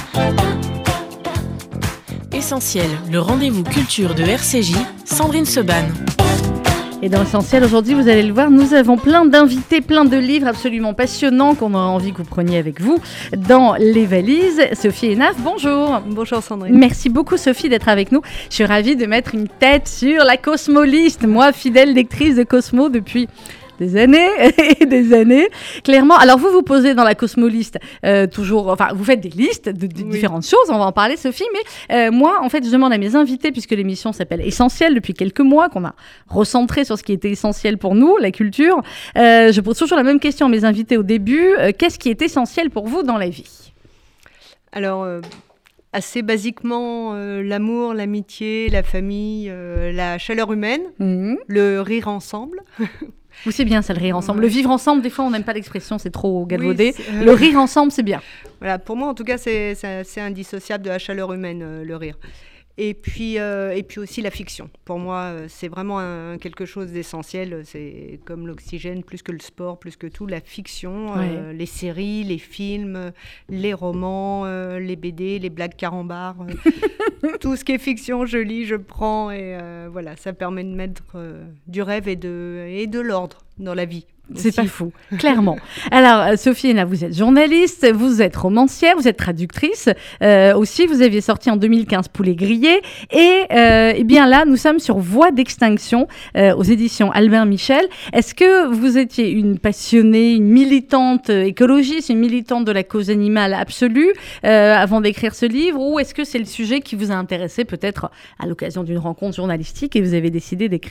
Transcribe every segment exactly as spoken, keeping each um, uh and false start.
Essentiel, le rendez-vous culture de R C J, Sandrine Seban. Et dans Essentiel, aujourd'hui, vous allez le voir, nous avons plein d'invités, plein de livres absolument passionnants qu'on aura envie que vous preniez avec vous dans les valises. Sophie Hénaf, bonjour. Bonjour Sandrine. Merci beaucoup Sophie d'être avec nous. Je suis ravie de mettre une tête sur la Cosmoliste, moi fidèle lectrice de Cosmo depuis des années et des années, clairement. Alors vous vous posez dans la Cosmoliste euh, toujours, enfin vous faites des listes de, de oui. différentes choses, on va en parler Sophie, mais euh, moi en fait je demande à mes invités, puisque l'émission s'appelle Essentiel depuis quelques mois, qu'on a recentré sur ce qui était essentiel pour nous, la culture, euh, je pose toujours la même question à mes invités au début, euh, qu'est-ce qui est essentiel pour vous dans la vie ? Alors euh... assez basiquement, euh, l'amour, l'amitié, la famille, euh, la chaleur humaine, mmh. le rire ensemble. Vous c'est bien ça, le rire ensemble. Ouais. Le vivre ensemble, des fois on n'aime pas l'expression, c'est trop galvaudé. Oui, euh... Le rire ensemble, c'est bien. Voilà, pour moi en tout cas, c'est, c'est, c'est indissociable de la chaleur humaine, euh, le rire. Et puis, euh, et puis aussi la fiction. Pour moi, c'est vraiment un, quelque chose d'essentiel. C'est comme l'oxygène, plus que le sport, plus que tout. La fiction, ouais. euh, les séries, les films, les romans, euh, les B D, les blagues carambars. Euh, tout ce qui est fiction, je lis, je prends. Et euh, voilà, ça permet de mettre euh, du rêve et de, et de l'ordre dans la vie. C'est pas fou, clairement. Alors, Sophie Hénaf, vous êtes journaliste, vous êtes romancière, vous êtes traductrice. Euh, aussi, vous aviez sorti en deux mille quinze Poulet grillé. Et euh, eh bien là, nous sommes sur Voix d'extinction euh, aux éditions Albin Michel. Est-ce que vous étiez une passionnée, une militante écologiste, une militante de la cause animale absolue euh, avant d'écrire ce livre, ou est-ce que c'est le sujet qui vous a intéressé peut-être à l'occasion d'une rencontre journalistique et vous avez décidé d'écrire ?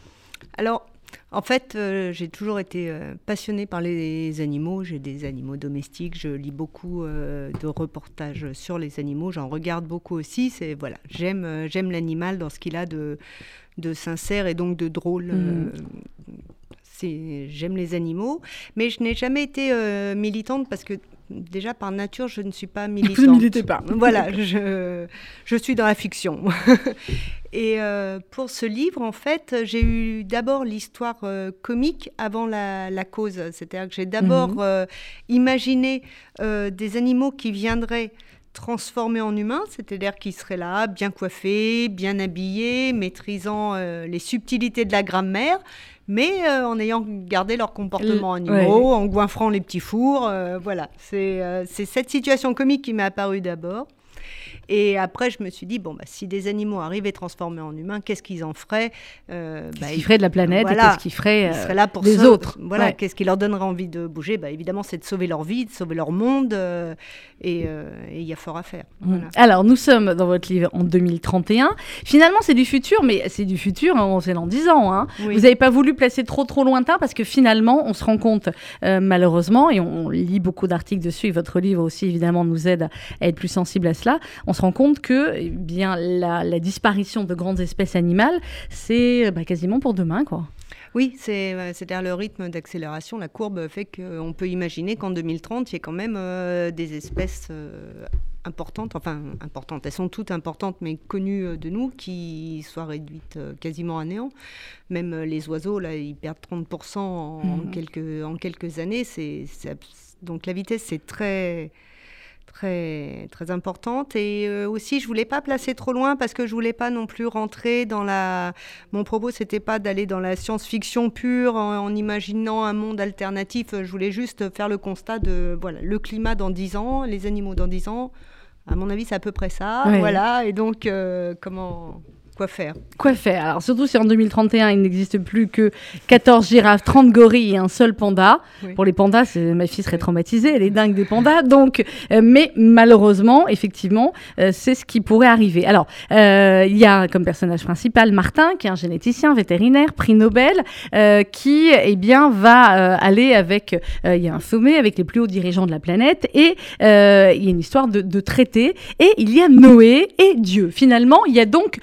Alors, en fait, euh, j'ai toujours été euh, passionnée par les animaux. J'ai des animaux domestiques. Je lis beaucoup euh, de reportages sur les animaux. J'en regarde beaucoup aussi. C'est, voilà, j'aime, euh, j'aime l'animal dans ce qu'il a de, de sincère et donc de drôle. Mmh. Euh, c'est, j'aime les animaux. Mais je n'ai jamais été euh, militante parce que déjà, par nature, je ne suis pas militante. Vous ne militez pas. Voilà, je, je suis dans la fiction. Et euh, pour ce livre, en fait, j'ai eu d'abord l'histoire euh, comique avant la, la cause. C'est-à-dire que j'ai d'abord mmh. euh, imaginé euh, des animaux qui viendraient transformés en humains, c'est-à-dire qui seraient là, bien coiffés, bien habillés, maîtrisant euh, les subtilités de la grammaire, mais euh, en ayant gardé leur comportement animaux, ouais. en goinfrant les petits fours. Euh, voilà, c'est, euh, c'est cette situation comique qui m'est apparue d'abord. Et après, je me suis dit, bon, bah, si des animaux arrivaient transformés en humains, qu'est-ce qu'ils en feraient euh, Qu'est-ce bah, qu'ils feraient de la planète voilà, et qu'est-ce qu'ils feraient euh, là pour des sauver, autres voilà, ouais. Qu'est-ce qui leur donnerait envie de bouger bah, évidemment, c'est de sauver leur vie, de sauver leur monde. Euh, et il euh, y a fort à faire. Mmh. Voilà. Alors, nous sommes dans votre livre en deux mille trente et un. Finalement, c'est du futur, mais c'est du futur, hein, c'est dans dix ans. Hein. Oui. Vous n'avez pas voulu placer trop, trop lointain parce que finalement, on se rend compte, euh, malheureusement, et on, on lit beaucoup d'articles dessus, et votre livre aussi, évidemment, nous aide à être plus sensible à cela. On se rend compte que eh bien, la, la disparition de grandes espèces animales, c'est bah, quasiment pour demain, quoi. Oui, c'est, c'est-à-dire le rythme d'accélération, la courbe fait qu'on peut imaginer qu'en deux mille trente, il y ait quand même euh, des espèces euh, importantes, enfin importantes, elles sont toutes importantes, mais connues de nous, qui soient réduites euh, quasiment à néant. Même euh, les oiseaux, là, ils perdent trente pour cent en, mmh. en, quelques, en quelques années. C'est, c'est, donc la vitesse, c'est très... Très, très importante. Et euh, aussi, je ne voulais pas placer trop loin parce que je ne voulais pas non plus rentrer dans la... Mon propos, ce n'était pas d'aller dans la science-fiction pure en, en imaginant un monde alternatif. Je voulais juste faire le constat de voilà, le climat dans dix ans, les animaux dans dix ans. À mon avis, c'est à peu près ça. Oui. Voilà. Et donc, euh, comment... Quoi faire Quoi faire Alors, surtout si en deux mille trente et un, il n'existe plus que quatorze girafes, trente gorilles et un seul panda. Oui. Pour les pandas, c'est, ma fille serait traumatisée, elle est dingue des pandas. Donc, euh, mais malheureusement, effectivement, euh, c'est ce qui pourrait arriver. Alors, euh, il y a comme personnage principal Martin, qui est un généticien vétérinaire, prix Nobel, euh, qui eh bien, va euh, aller avec... Euh, il y a un sommet avec les plus hauts dirigeants de la planète et euh, il y a une histoire de, de traité. Et il y a Noé et Dieu. Finalement, il y a donc... C'est très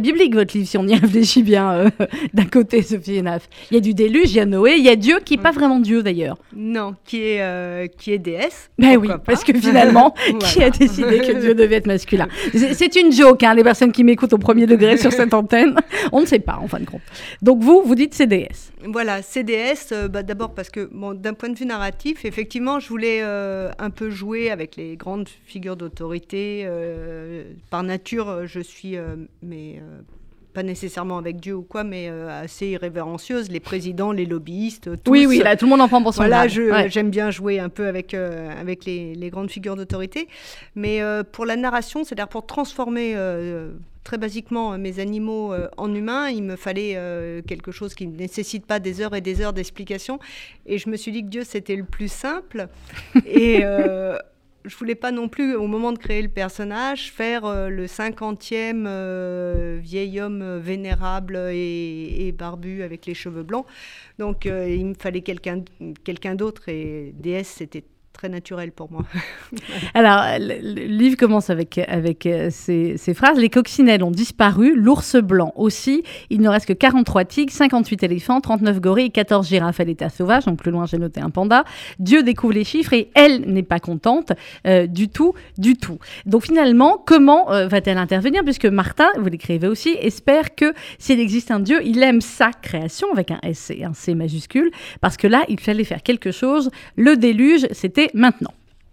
biblique, votre livre, si on y réfléchit bien, euh, d'un côté, Sophie Hénaf. Il y a du déluge, il y a Noé, il y a Dieu, qui n'est pas vraiment Dieu, d'ailleurs. Non, qui est, euh, qui est déesse. Ben oui, pas. Parce que finalement, voilà. Qui a décidé que Dieu devait être masculin? C'est, c'est une joke, hein, les personnes qui m'écoutent au premier degré sur cette antenne. On ne sait pas, en fin de compte. Donc vous, vous dites c'est déesse. Voilà, C D S, euh, bah, d'abord parce que bon, d'un point de vue narratif, effectivement, je voulais euh, un peu jouer avec les grandes figures d'autorité. Euh, par nature, je suis, euh, mais euh, pas nécessairement avec Dieu ou quoi, mais euh, assez irrévérencieuse. Les présidents, les lobbyistes, tous. Oui, oui, là, tout le monde en prend pour son Voilà, grade. je, ouais. j'aime bien jouer un peu avec, euh, avec les, les grandes figures d'autorité. Mais euh, pour la narration, c'est-à-dire pour transformer... Euh, très basiquement, mes animaux euh, en humains, il me fallait euh, quelque chose qui ne nécessite pas des heures et des heures d'explication. Et je me suis dit que Dieu, c'était le plus simple. Et euh, je ne voulais pas non plus, au moment de créer le personnage, faire euh, le cinquantième euh, vieil homme vénérable et, et barbu avec les cheveux blancs. Donc, euh, il me fallait quelqu'un, quelqu'un d'autre. Et déesse, c'était très naturel pour moi. Alors, le, le livre commence avec, avec euh, ces, ces phrases. Les coccinelles ont disparu, l'ours blanc aussi. Il ne reste que quarante-trois tigres, cinquante-huit éléphants, trente-neuf gorilles et quatorze girafes à l'état sauvage. Donc, plus loin, j'ai noté un panda. Dieu découvre les chiffres et elle n'est pas contente euh, du tout, du tout. Donc, finalement, comment euh, va-t-elle intervenir? Puisque Martin, vous l'écrivez aussi, espère que s'il existe un Dieu, il aime sa création avec un S et un C majuscule. Parce que là, il fallait faire quelque chose. Le déluge, c'était maintenant.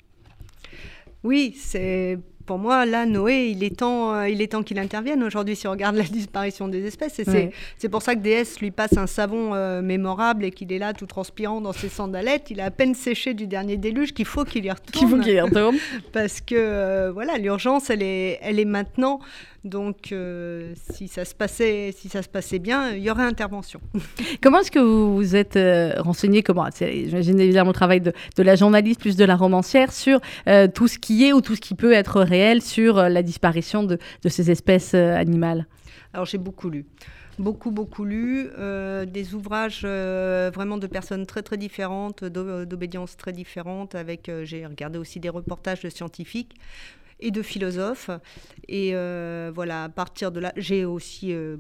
Oui, c'est pour moi là Noé, il est temps, euh, il est temps qu'il intervienne aujourd'hui si on regarde la disparition des espèces. Et c'est, ouais. c'est pour ça que Déesse lui passe un savon euh, mémorable et qu'il est là tout transpirant dans ses sandalettes. Il a à peine séché du dernier déluge qu'il faut qu'il y retourne. Qu'il faut qu'il y retourne. Parce que euh, voilà, l'urgence, elle est, elle est maintenant. Donc, euh, si ça se passait, si ça se passait bien, il y aurait intervention. Comment est-ce que vous vous êtes euh, renseigné, comment, c'est, j'imagine évidemment le travail de, de la journaliste plus de la romancière, sur euh, tout ce qui est ou tout ce qui peut être réel sur euh, la disparition de, de ces espèces euh, animales? Alors, j'ai beaucoup lu. Beaucoup, beaucoup lu, euh, des ouvrages euh, vraiment de personnes très, très différentes, d'obédiences très différentes. Avec, euh, j'ai regardé aussi des reportages de scientifiques et de philosophes. Et euh, voilà, à partir de là, j'ai aussi euh,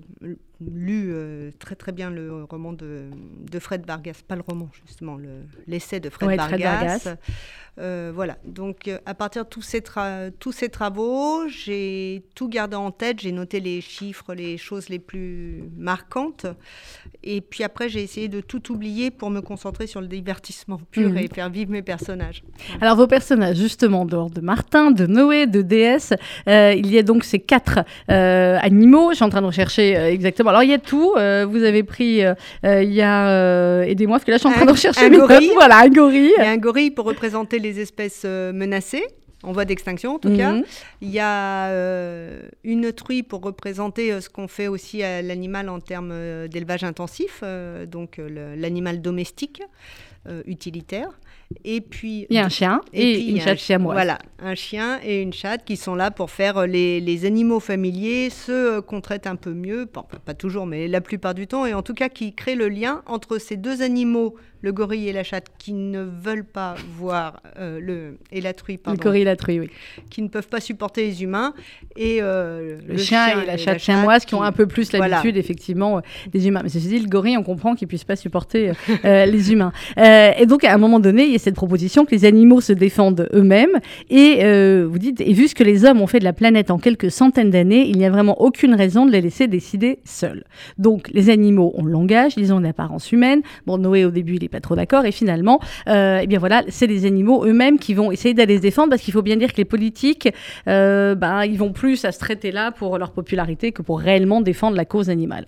lu euh, très très bien le roman de, de Fred Vargas, pas le roman justement, le, l'essai de Fred ouais, Vargas. Fred Vargas. Euh, voilà, donc euh, à partir de tous ces, tra- tous ces travaux, j'ai tout gardé en tête, j'ai noté les chiffres, les choses les plus marquantes, et puis après j'ai essayé de tout oublier pour me concentrer sur le divertissement pur mmh. et faire vivre mes personnages. Alors vos personnages, justement, dehors de Martin, de Noé, de Déesse, euh, il y a donc ces quatre euh, animaux, je suis en train de rechercher euh, exactement, alors il y a tout, euh, vous avez pris, euh, euh, il y a, euh, aidez-moi, parce que là je suis en train un, de rechercher un mes gorille, notes, voilà, un gorille. Il y a un gorille pour représenter les espèces euh, menacées, en voie d'extinction en tout mmh. cas. Il y a euh, une truie pour représenter euh, ce qu'on fait aussi à l'animal en termes euh, d'élevage intensif, euh, donc euh, le, l'animal domestique, euh, utilitaire. Et puis il y a un chien et, et puis, une chatte siamoise. Voilà, un chien et une chatte qui sont là pour faire les, les animaux familiers, ceux qu'on traite un peu mieux, pas, pas toujours, mais la plupart du temps, et en tout cas qui créent le lien entre ces deux animaux, le gorille et la chatte, qui ne veulent pas voir euh, le et la truie, pardon, le gorille et la truie, oui, qui ne peuvent pas supporter les humains, et euh, le, le chien, chien et la et chatte siamoise qui ont un peu plus l'habitude, voilà. effectivement, euh, des humains. Mais ceci dit, le gorille, on comprend qu'il puisse pas supporter euh, les humains. Euh, et donc, à un moment donné, il y a cette proposition que les animaux se défendent eux-mêmes. Et euh, vous dites, et vu ce que les hommes ont fait de la planète en quelques centaines d'années, il n'y a vraiment aucune raison de les laisser décider seuls. Donc, les animaux ont le langage, ils ont une apparence humaine. Bon, Noé, au début, il n'est pas trop d'accord. Et finalement, euh, eh bien voilà, c'est les animaux eux-mêmes qui vont essayer d'aller se défendre, parce qu'il faut bien dire que les politiques, euh, ben, ils vont plus à se traiter là pour leur popularité que pour réellement défendre la cause animale.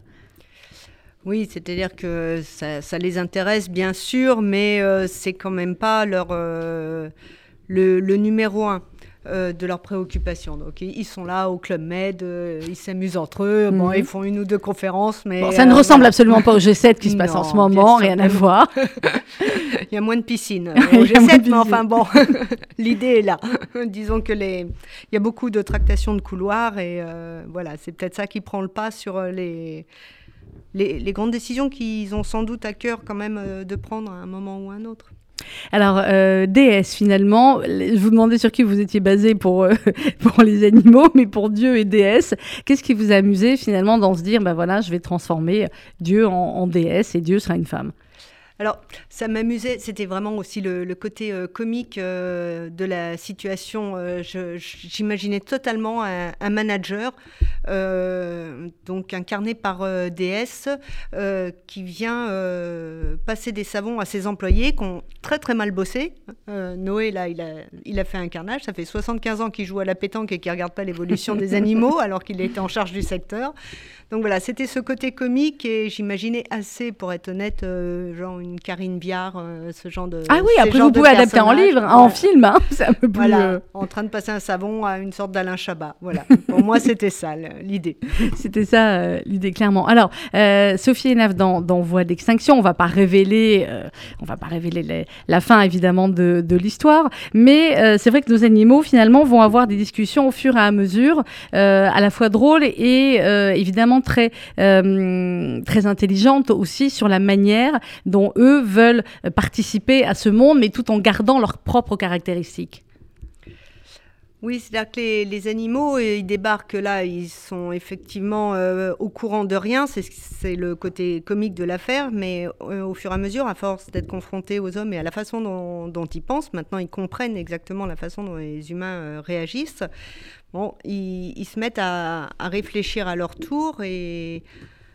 Oui, c'est-à-dire que ça, ça les intéresse, bien sûr, mais euh, c'est quand même pas leur, euh, le, le numéro un euh, de leurs préoccupations. Donc, ils sont là au Club Med, euh, ils s'amusent entre eux, mmh. bon, ils font une ou deux conférences, mais... Bon, ça euh, ne ressemble voilà. absolument pas au G sept qui se passe non, en ce moment, rien à voir. Il y a moins de piscines au G sept, mais enfin bon, l'idée est là. Disons que les... il y a beaucoup de tractations de couloirs, et euh, voilà, c'est peut-être ça qui prend le pas sur les... Les, les grandes décisions qu'ils ont sans doute à cœur quand même euh, de prendre à un moment ou à un autre. Alors, euh, déesse, finalement, je vous demandais sur qui vous étiez basé pour, euh, pour les animaux, mais pour Dieu et déesse, qu'est-ce qui vous a amusé finalement dans se dire, ben voilà, je vais transformer Dieu en, en déesse et Dieu sera une femme? Alors, ça m'amusait, c'était vraiment aussi le, le côté euh, comique euh, de la situation. Euh, je, j'imaginais totalement un, un manager, euh, donc incarné par euh, déesse, euh, qui vient euh, passer des savons à ses employés qui ont très très mal bossé. Euh, Noé, là, il a, il a fait un carnage. Ça fait soixante-quinze ans qu'il joue à la pétanque et qu'il ne regarde pas l'évolution des animaux, alors qu'il était en charge du secteur. Donc voilà, c'était ce côté comique et j'imaginais assez, pour être honnête, euh, genre une Karine Viard, euh, ce genre de. Ah oui, après vous pouvez adapter en livre, voilà. En film, hein, c'est un peu plus. Voilà, euh... en train de passer un savon à une sorte d'Alain Chabat. Voilà. Pour moi, c'était ça l'idée. C'était ça euh, l'idée, clairement. Alors, euh, Sophie Hénave, dans, dans Voix d'extinction, on va pas révéler, euh, on va pas révéler les, la fin évidemment de, de l'histoire, mais euh, c'est vrai que nos animaux finalement vont avoir des discussions au fur et à mesure, euh, à la fois drôles et euh, évidemment très euh, très intelligentes aussi sur la manière dont eux veulent participer à ce monde, mais tout en gardant leurs propres caractéristiques. Oui, c'est-à-dire que les, les animaux, ils débarquent là, ils sont effectivement euh, au courant de rien, c'est, c'est le côté comique de l'affaire, mais euh, au fur et à mesure, à force d'être confrontés aux hommes et à la façon dont, dont ils pensent, maintenant ils comprennent exactement la façon dont les humains euh, réagissent, bon, ils, ils se mettent à, à réfléchir à leur tour et...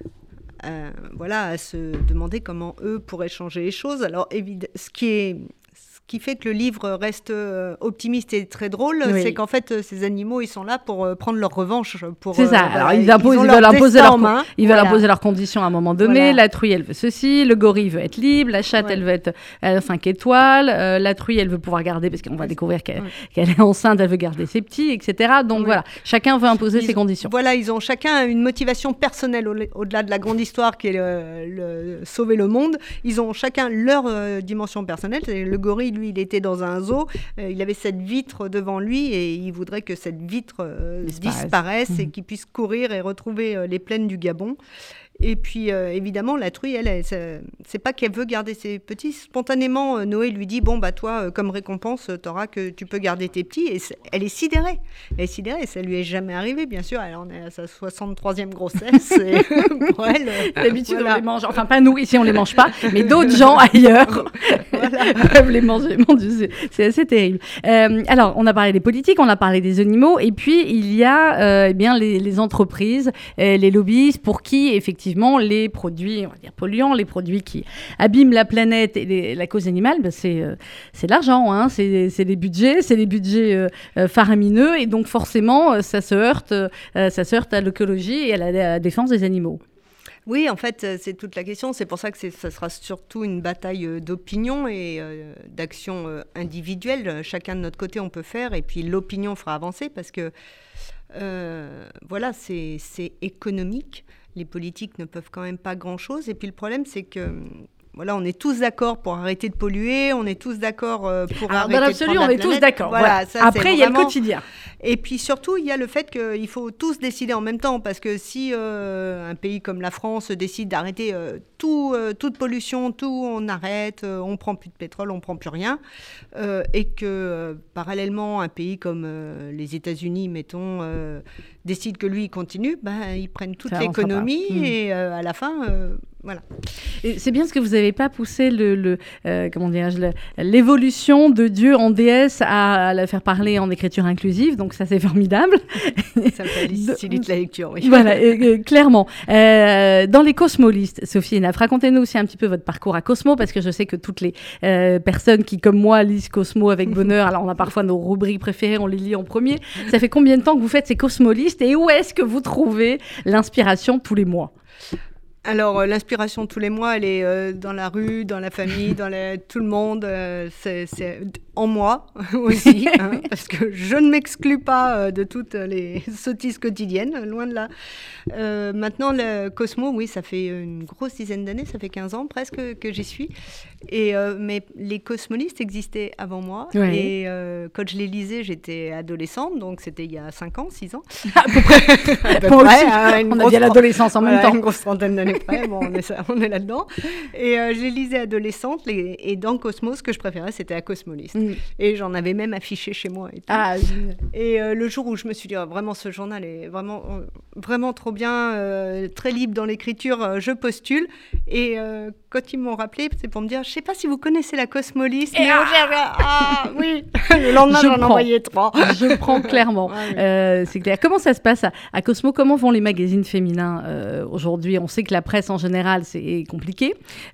Euh, voilà, à se demander comment eux pourraient changer les choses. Alors, évidemment, ce qui est... Ce qui fait que le livre reste euh, optimiste et très drôle, oui. C'est qu'en fait, euh, ces animaux, ils sont là pour euh, prendre leur revanche. Pour, c'est ça. Euh, Alors, ils, imposent, ils, veulent, imposer leur, main, ils voilà. veulent imposer leurs conditions à un moment donné. Voilà. La truie, elle veut ceci. Le gorille veut être libre. La chatte, ouais. elle veut être euh, cinq étoiles. Euh, la truie, elle veut pouvoir garder, parce qu'on va ouais. découvrir qu'elle, ouais. qu'elle est enceinte, elle veut garder ses petits, et cetera. Donc, ouais. voilà. Chacun veut imposer ils, ses conditions. Voilà, ils ont chacun une motivation personnelle au, au-delà de la grande histoire qui est le, le, sauver le monde. Ils ont chacun leur euh, dimension personnelle. Le gorille, lui, il était dans un zoo, euh, il avait cette vitre devant lui et il voudrait que cette vitre euh, disparaisse, disparaisse mmh. et qu'il puisse courir et retrouver euh, les plaines du Gabon. Et puis, euh, évidemment, la truie, elle, elle c'est, c'est pas qu'elle veut garder ses petits. Spontanément, euh, Noé lui dit, bon, bah toi, euh, comme récompense, t'auras que tu peux garder tes petits. Et elle est sidérée. Elle est sidérée. Ça lui est jamais arrivé, bien sûr. Elle en est à sa soixante-troisième grossesse. Et pour elle, euh, d'habitude, voilà. On les mange. Enfin, pas nous, ici, on les mange pas. Mais d'autres gens ailleurs voilà. peuvent les manger. Mon Dieu, c'est, c'est assez terrible. Euh, alors, on a parlé des politiques, on a parlé des animaux. Et puis, il y a euh, eh bien, les, les entreprises, euh, les lobbyistes, pour qui, effectivement, les produits, on va dire polluants, les produits qui abîment la planète et les, la cause animale, ben c'est, euh, c'est de l'argent, hein, c'est, c'est les budgets, c'est les budgets euh, euh, faramineux, et donc forcément, euh, ça se heurte, euh, ça se heurte à l'écologie et à la, à la défense des animaux. Oui, en fait, c'est toute la question. C'est pour ça que c'est, ça sera surtout une bataille d'opinion et euh, d'action euh, individuelle. Chacun de notre côté, on peut faire, et puis l'opinion fera avancer parce que, euh, voilà, c'est, c'est économique. Les politiques ne peuvent quand même pas grand-chose. Et puis le problème, c'est que voilà, on est tous d'accord pour arrêter de polluer, on est tous d'accord pour Alors, arrêter dans l'absolu, de prendre on la est planète. tous d'accord. Voilà, voilà. ça, Après, il y a vraiment... le quotidien. Et puis surtout, il y a le fait qu'il faut tous décider en même temps, parce que si euh, un pays comme la France décide d'arrêter euh, tout, euh, toute pollution, tout, on arrête, euh, on prend plus de pétrole, on prend plus rien, euh, et que euh, parallèlement, un pays comme euh, les États-Unis, mettons, euh, décide que lui, il continue, ben, ils prennent toute ça l'économie et euh, à la fin... Euh, Voilà. Et c'est bien parce que vous n'avez pas poussé le, le, euh, comment dirais-je, le, l'évolution de Dieu en déesse à, à la faire parler en écriture inclusive, donc ça c'est formidable. Ça me facilite la lecture, oui. Voilà, et, et, clairement. Euh, dans les cosmolistes, Sophie Hénave, racontez-nous aussi un petit peu votre parcours à Cosmo, parce que je sais que toutes les euh, personnes qui, comme moi, lisent Cosmo avec bonheur, alors on a parfois nos rubriques préférées, on les lit en premier. Ça fait combien de temps que vous faites ces cosmolistes et où est-ce que vous trouvez l'inspiration tous les mois ? Alors, euh, l'inspiration tous les mois, elle est euh, dans la rue, dans la famille, dans la... tout le monde. Euh, c'est, c'est... en moi aussi, hein, parce que je ne m'exclus pas euh, de toutes les sottises quotidiennes, loin de là. Euh, maintenant, le Cosmo, oui, ça fait une grosse dizaine d'années, ça fait quinze ans presque que j'y suis. Et, euh, mais les cosmolistes existaient avant moi. Ouais. Et euh, quand je les lisais, j'étais adolescente, donc c'était il y a cinq ans, six ans. À peu près. À peu Moi près, aussi, hein, une on a grosse dit à l'adolescence en voilà, même temps. Une grosse trentaine d'années près, bon, on est, ça, on est là-dedans. Et euh, je les lisais adolescente, les, et dans Cosmo, ce que je préférais, c'était la cosmoliste. Mm. Et j'en avais même affiché chez moi. Et, ah, et euh, le jour où je me suis dit, oh, vraiment, ce journal est vraiment, euh, vraiment trop bien, euh, très libre dans l'écriture, euh, je postule. Et euh, quand ils m'ont rappelé, c'est pour me dire, je ne sais pas si vous connaissez la cosmoliste. Et mais ah, ah oui, le lendemain, j'en ai envoyé trois. Je prends clairement. Ah, oui. euh, c'est clair. Comment ça se passe à, à Cosmo? Comment vont les magazines féminins euh, aujourd'hui? On sait que la presse en général, c'est compliqué.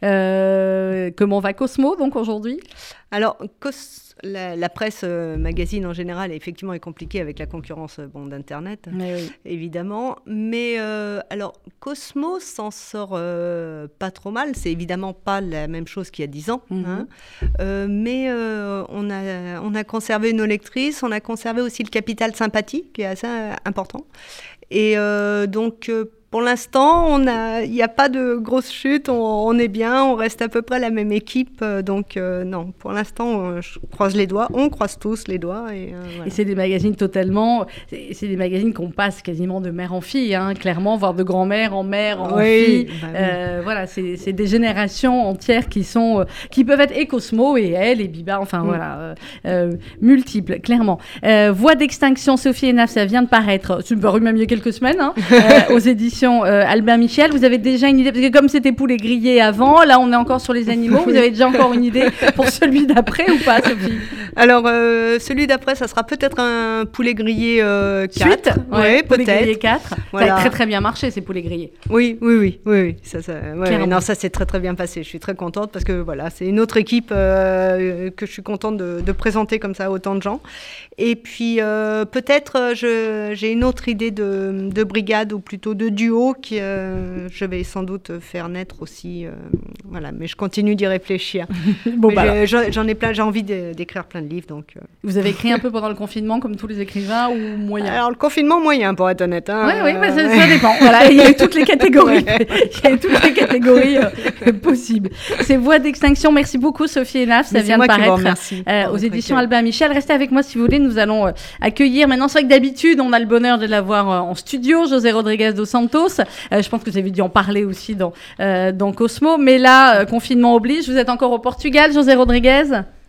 Euh, comment va Cosmo donc aujourd'hui? Alors, Cos- la, la presse euh, magazine en général, effectivement, est compliquée avec la concurrence euh, bon, d'Internet, oui. évidemment. Mais euh, alors, Cosmo s'en sort euh, pas trop mal. C'est évidemment pas la même chose qu'il y a dix ans. Mm-hmm. Hein. Euh, mais euh, on, a, on a conservé nos lectrices, on a conservé aussi le capital sympathie, qui est assez important. Et euh, donc... Euh, Pour l'instant, il n'y a pas de grosse chute, on, on est bien, on reste à peu près la même équipe. Euh, donc euh, non, pour l'instant, euh, je croise les doigts, on croise tous les doigts. Et, euh, voilà. Et c'est des magazines totalement, c'est des magazines qu'on passe quasiment de mère en fille, hein, clairement, voire de grand-mère en mère, en oui, fille. Bah oui. euh, voilà, c'est des générations entières qui, sont, euh, qui peuvent être et Cosmo et elle et Biba, enfin mm. voilà, euh, euh, multiples, clairement. Euh, Voix d'extinction, Sophie Hénaf, ça vient de paraître, c'est paru même il y a quelques semaines, hein, euh, aux éditions Euh, Albin Michel. Vous avez déjà une idée, parce que comme c'était poulet grillé avant, là on est encore sur les animaux, vous avez déjà encore une idée pour celui d'après ou pas, Sophie? Alors euh, celui d'après, ça sera peut-être un poulet grillé euh, quatre. Suite, ouais, oui, poulet grillé quatre. Voilà. Ça a très très bien marché ces poulets grillés. Oui, oui, oui, oui, oui. Ça, ça, ouais, non, ça s'est très très bien passé. Je suis très contente parce que voilà, c'est une autre équipe euh, que je suis contente de, de présenter comme ça à autant de gens. Et puis euh, peut-être j'ai une autre idée de, de brigade ou plutôt de duo que euh, je vais sans doute faire naître aussi. Euh, voilà, mais je continue d'y réfléchir. Bon, bah j'en ai plein, j'ai envie d'écrire plein de livres. Donc, euh... Vous avez écrit un peu pendant le confinement comme tous les écrivains ou moyen? Alors le confinement moyen pour être honnête. Hein, oui, oui, euh, mais ça, ça dépend. Voilà, il y a eu toutes les catégories. Il y a eu toutes les catégories euh, possibles. C'est Voix d'extinction. Merci beaucoup Sophie Hénaf. Ça vient de paraître euh, aux éditions Albin Michel. Restez avec moi si vous voulez. Nous allons euh, accueillir. Maintenant, c'est vrai que d'habitude, on a le bonheur de l'avoir euh, en studio, José Rodriguez dos Santos. Euh, je pense que vous avez dû en parler aussi dans, euh, dans Cosmo. Mais là, euh, confinement oblige. Vous êtes encore au Portugal, José Rodriguez?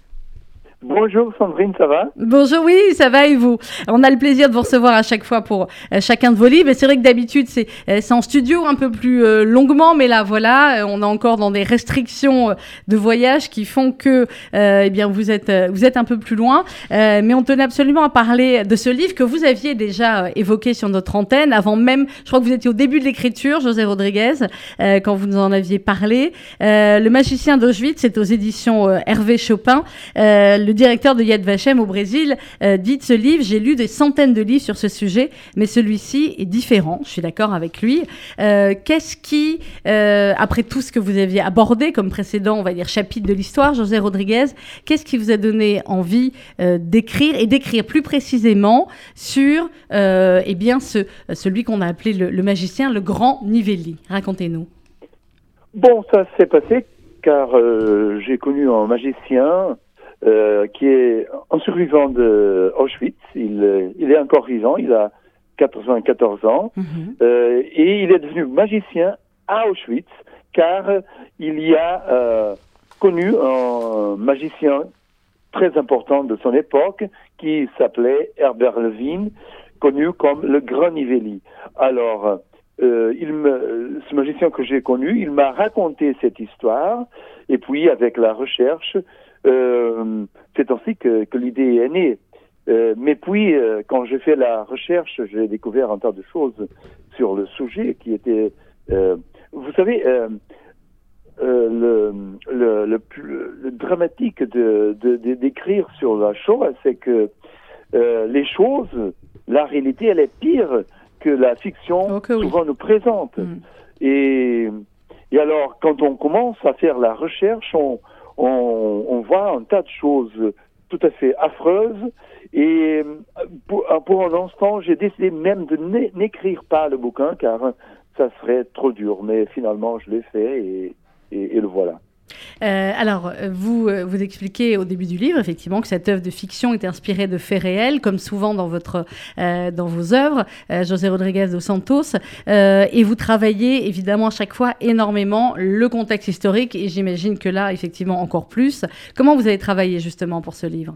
Bonjour Sandrine, ça va? Bonjour, oui, ça va et vous? On a le plaisir de vous recevoir à chaque fois pour euh, chacun de vos livres. Et c'est vrai que d'habitude, c'est euh, en studio un peu plus euh, longuement, mais là, voilà, euh, on est encore dans des restrictions euh, de voyage qui font que euh, eh bien, vous êtes, euh, vous êtes un peu plus loin. Euh, mais on tenait absolument à parler de ce livre que vous aviez déjà euh, évoqué sur notre antenne, avant même, je crois que vous étiez au début de l'écriture, José Rodriguez, euh, quand vous nous en aviez parlé. Euh, Le Magicien d'Auschwitz, c'est aux éditions euh, Hervé Chopin. Euh, le directeur de Yad Vashem au Brésil euh, dit de ce livre: j'ai lu des centaines de livres sur ce sujet, mais celui-ci est différent. Je suis d'accord avec lui. Euh, Qu'est-ce qui, euh, après tout ce que vous aviez abordé comme précédent, on va dire, chapitre de l'histoire, José Rodriguez, qu'est-ce qui vous a donné envie euh, d'écrire et d'écrire plus précisément sur euh, eh bien ce, celui qu'on a appelé le, le magicien, le grand Nivelli? Racontez-nous. Bon, ça s'est passé car euh, j'ai connu un magicien Euh, qui est un survivant de Auschwitz. Il, il est encore vivant, il a quatre-vingt-quatorze ans, mm-hmm. euh, et il est devenu magicien à Auschwitz, car il y a euh, connu un magicien très important de son époque, qui s'appelait Herbert Levine, connu comme le Grand Nivelli. Alors, euh, il me, ce magicien que j'ai connu, il m'a raconté cette histoire, et puis avec la recherche, Euh, c'est ainsi que, que l'idée est née. Euh, mais puis, euh, quand j'ai fait la recherche, j'ai découvert un tas de choses sur le sujet qui étaient... Euh, vous savez, euh, euh, le, le, le, plus, le dramatique de, de, de, d'écrire sur la Shoah, c'est que euh, les choses, la réalité, elle est pire que la fiction okay, souvent oui. nous présente. Mm. Et, et alors, quand on commence à faire la recherche, on... On, on voit un tas de choses tout à fait affreuse. Et pour, pour un instant, j'ai décidé même de n'écrire pas le bouquin, car ça serait trop dur. Mais finalement, je l'ai fait et, et, et le voilà. Euh, alors, vous, vous expliquez au début du livre, effectivement, que cette œuvre de fiction est inspirée de faits réels, comme souvent dans, votre, euh, dans vos œuvres, euh, José Rodrigues dos Santos, euh, et vous travaillez évidemment à chaque fois énormément le contexte historique, et j'imagine que là, effectivement, encore plus. Comment vous avez travaillé justement pour ce livre ?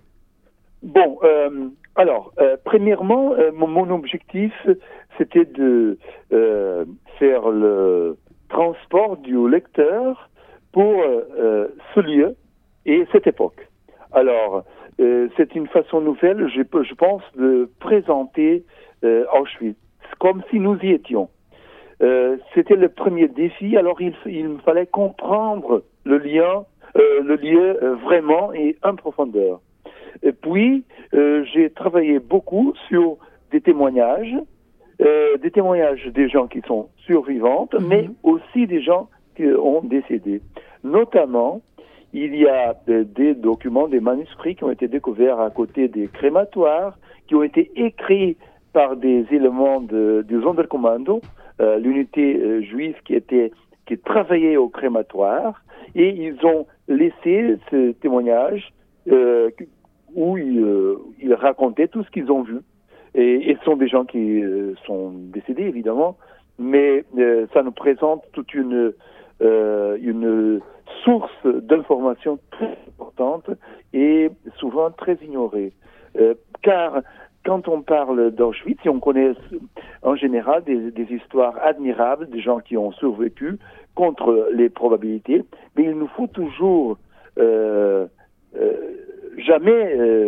Bon, euh, alors, euh, premièrement, euh, mon, mon objectif, c'était de euh, faire le transport du lecteur pour euh, ce lieu et cette époque. Alors, euh, c'est une façon nouvelle, je, je pense, de présenter euh, Auschwitz, comme si nous y étions. Euh, c'était le premier défi, alors il, il me fallait comprendre le lien, euh, le lieu euh, vraiment et en profondeur. Et puis, euh, j'ai travaillé beaucoup sur des témoignages, euh, des témoignages des gens qui sont survivantes, mm-hmm. mais aussi des gens qui ont décédé. Notamment, il y a des, des documents, des manuscrits qui ont été découverts à côté des crématoires, qui ont été écrits par des éléments de, du Sonderkommando, euh, l'unité euh, juive qui était qui travaillait au crématoire, et ils ont laissé ce témoignage euh, où ils, euh, ils racontaient tout ce qu'ils ont vu. Et, et ce sont des gens qui euh, sont décédés, évidemment, mais euh, ça nous présente toute une Euh, une source d'information très importante et souvent très ignorée. Euh, car quand on parle d'Auschwitz, et on connaît en général des, des histoires admirables des gens qui ont survécu contre les probabilités, mais il nous faut toujours euh, euh, jamais,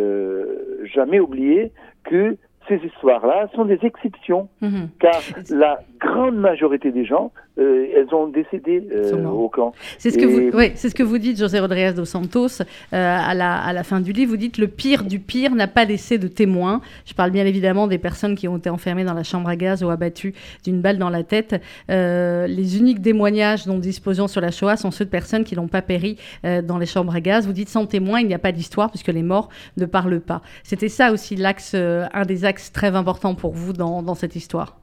euh, jamais oublier que ces histoires-là sont des exceptions, mmh. car la grande majorité des gens, euh, elles ont décédé euh, au camp. C'est ce, et... que vous, oui, c'est ce que vous dites, José Rodrigues dos Santos, euh, à, la, à la fin du livre. Vous dites « Le pire du pire n'a pas laissé de témoins ». Je parle bien évidemment des personnes qui ont été enfermées dans la chambre à gaz ou abattues d'une balle dans la tête. Euh, les uniques témoignages dont nous disposions sur la Shoah sont ceux de personnes qui n'ont pas péri euh, dans les chambres à gaz. Vous dites « Sans témoins, il n'y a pas d'histoire puisque les morts ne parlent pas ». C'était ça aussi l'axe, euh, un des axes très important pour vous dans, dans cette histoire.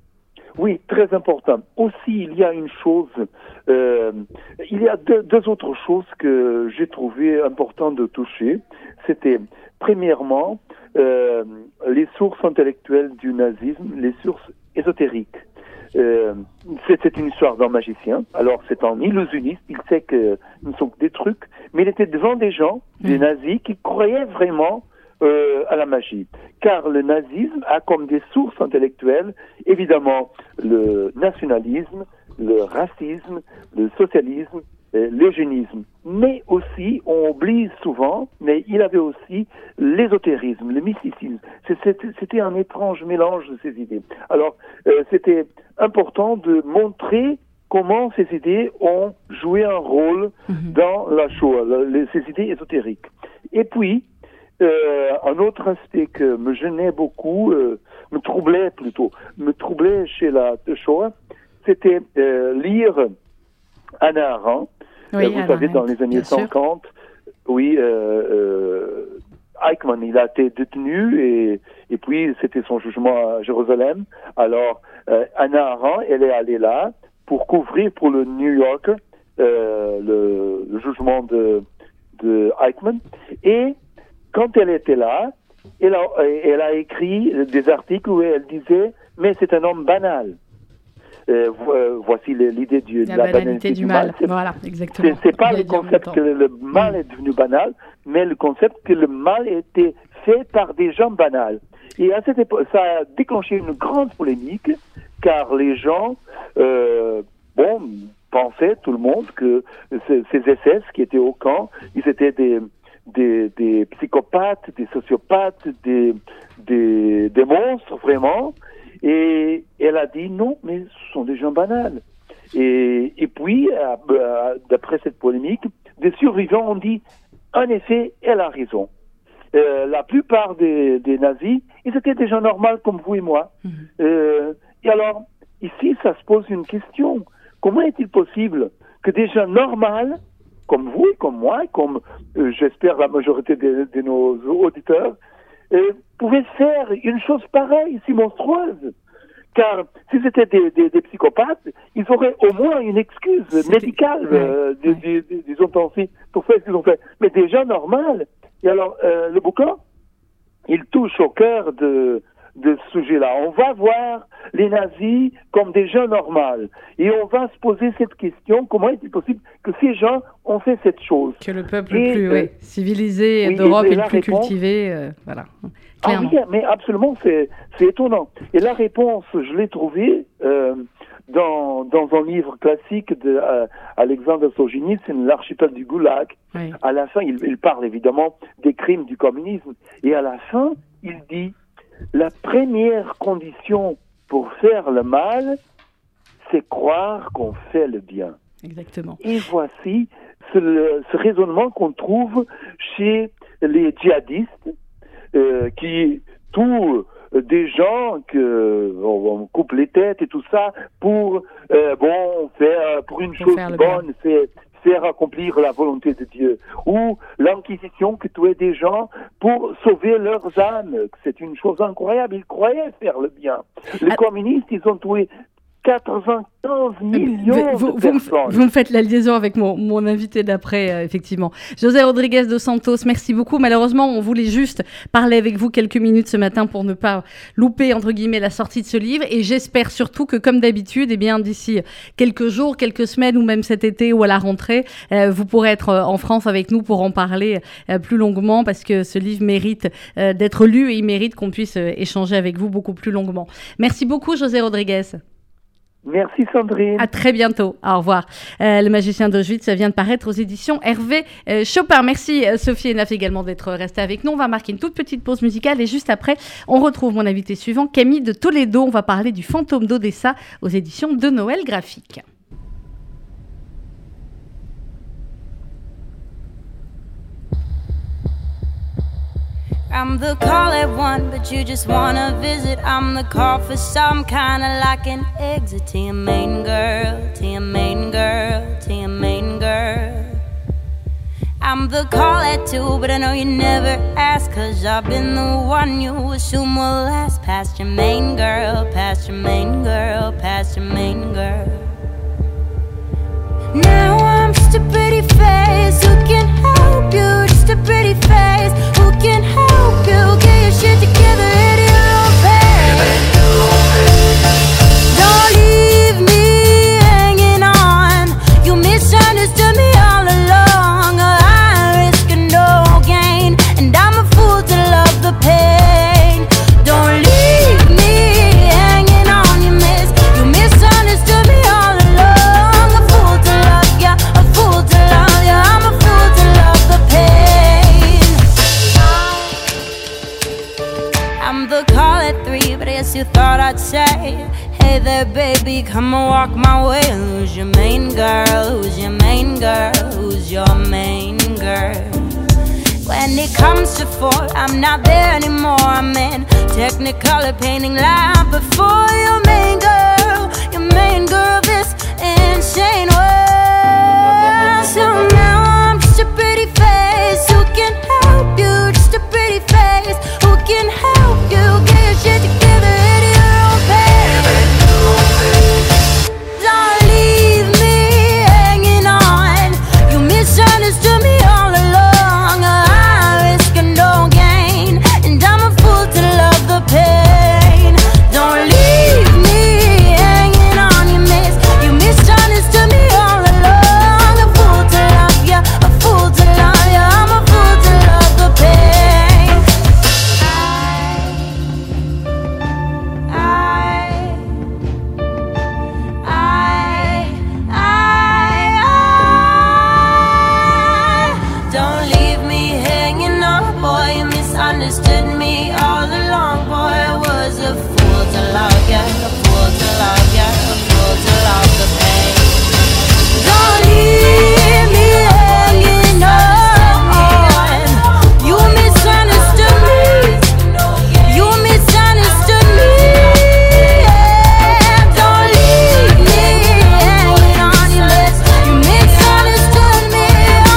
Oui, très important. Aussi, il y a une chose, euh, il y a deux, deux autres choses que j'ai trouvé important de toucher. C'était, premièrement, euh, les sources intellectuelles du nazisme, les sources ésotériques. Euh, c'est une histoire d'un magicien. Alors, c'est un illusionniste. Il sait que ce ne sont que des trucs, mais il était devant des gens, des mmh. nazis, qui croyaient vraiment Euh, à la magie, car le nazisme a comme des sources intellectuelles, évidemment, le nationalisme, le racisme, le socialisme, euh, l'eugénisme, mais aussi, on oublie souvent, mais il avait aussi l'ésotérisme, le mysticisme. C'était un étrange mélange de ces idées. Alors, euh, c'était important de montrer comment ces idées ont joué un rôle mm-hmm. dans la Shoah, les, ces idées ésotériques. Et puis, Euh, un autre aspect que me gênait beaucoup, euh, me troublait plutôt, me troublait chez la Shoah, c'était euh, lire Hannah Arendt. Oui, euh, vous savez, dans les années cinquante, oui, euh, euh, Eichmann, il a été détenu et, et puis c'était son jugement à Jérusalem. Alors, euh, Hannah Arendt, elle est allée là pour couvrir pour le New Yorker euh, le, le jugement de, de Eichmann. Et quand elle était là, elle a, elle a écrit des articles où elle disait « mais c'est un homme banal ». Euh, voici l'idée de la, la banalité, banalité du, du mal. mal. Voilà, exactement. C'est pas le concept que le mal est devenu banal, mais le concept que le mal était fait par des gens banals. Et à cette époque, ça a déclenché une grande polémique, car les gens, euh, bon, pensaient, tout le monde, que ces, ces S S qui étaient au camp, ils étaient des... Des, des psychopathes, des sociopathes, des, des, des monstres, vraiment. Et elle a dit non, mais ce sont des gens banals. Et, et puis, d'après cette polémique, des survivants ont dit, en effet, elle a raison. Euh, la plupart des, des nazis, ils étaient des gens normaux comme vous et moi. Mmh. Euh, et alors, ici, ça se pose une question. Comment est-il possible que des gens normaux comme vous, comme moi, comme euh, j'espère la majorité de, de nos auditeurs, euh, pouvaient faire une chose pareille, si monstrueuse. Car si c'était des, des, des psychopathes, ils auraient au moins une excuse c'était... médicale, ouais, euh, ouais. Des, des, disons ainsi, pour faire ce qu'ils ont fait. Mais déjà normal. Et alors, euh, le bouquin, il touche au cœur de, de ce sujet-là. On va voir les nazis comme des gens normaux. Et on va se poser cette question, comment est-il possible que ces gens ont fait cette chose? Que le peuple et, le plus euh, ouais, civilisé oui, d'Europe et, et le plus réponse, cultivé, euh, voilà. Clairement. Ah oui, mais absolument, c'est, c'est étonnant. Et la réponse, je l'ai trouvée euh, dans, dans un livre classique d'Alexandre euh, Solzhenitsyn, L'archipel du Goulag. Oui. À la fin, il, il parle évidemment des crimes du communisme. Et à la fin, il dit, la première condition pour faire le mal, c'est croire qu'on fait le bien. Exactement. Et voici ce, ce raisonnement qu'on trouve chez les djihadistes, Euh, qui tuent euh, des gens que on, on coupe les têtes et tout ça pour euh, bon faire pour une pour chose bonne, faire, faire accomplir la volonté de Dieu, ou l'Inquisition qui tuait des gens pour sauver leurs âmes. C'est une chose incroyable. Ils croyaient faire le bien. Les ah. communistes, ils ont tué quatre-vingt-quinze millions vous, de vous, personnes. Vous me faites la liaison avec mon, mon invité d'après, euh, effectivement. José Rodrigues dos Santos, merci beaucoup. Malheureusement, on voulait juste parler avec vous quelques minutes ce matin pour ne pas louper, entre guillemets, la sortie de ce livre. Et j'espère surtout que, comme d'habitude, eh bien, d'ici quelques jours, quelques semaines ou même cet été ou à la rentrée, euh, vous pourrez être en France avec nous pour en parler euh, plus longuement, parce que ce livre mérite euh, d'être lu et il mérite qu'on puisse euh, échanger avec vous beaucoup plus longuement. Merci beaucoup, José Rodrigues. Merci Sandrine. À très bientôt. Au revoir. Euh, le magicien d'Auschwitz, ça vient de paraître aux éditions Hervé euh, Chopin. Merci euh, Sophie et Naf également d'être restée avec nous. On va marquer une toute petite pause musicale et juste après, on retrouve mon invité suivant, Camille de Toledo. On va parler du Fantôme d'Odessa aux éditions de Noël Graphique. I'm the call at one, but you just wanna visit. I'm the call for some kind of like an exit to your main girl, to your main girl, to your main girl. I'm the call at two, but I know you never ask, cause I've been the one you assume will last. Past your main girl, past your main girl, past your main girl. Now I'm just a pretty face, who can help you? Just a pretty face, who can help you? Get your shit together at your own pace. Don't leave me hanging on. You misunderstood me all along. I risk no gain, and I'm a fool to love the pain. Don't leave me hanging on, you miss. You misunderstood me all along. A fool to love ya, a fool to love ya. I'm a fool to love the pain. I'm the call at three, but I guess you thought I'd say, hey there baby, come and walk my way. Who's your main girl? Who's your main girl? Who's your main girl? When it comes to four, I'm not there anymore. I'm in Technicolor painting line before your main girl, your main girl, this insane world. So now I'm just a pretty face, who can help you? Just a pretty face, who can help you? Get your shit together at your own pace. Don't leave me hanging on. You misunderstood me all along. I risk no gain, and I'm a fool to love the pain. Don't leave me hanging on, you miss. You misunderstood me all along. A fool to love ya, a fool to love ya. I'm a fool to love the pain. I, I, I, I, I. Don't leave me hanging on, boy. You misunderstood me all along, boy. I was a fool to love ya, a fool to love ya, a fool to love the pain. Don't leave me hanging on. You misunderstood me. You misunderstood me. Don't leave me hanging on. You mis- you misunderstood me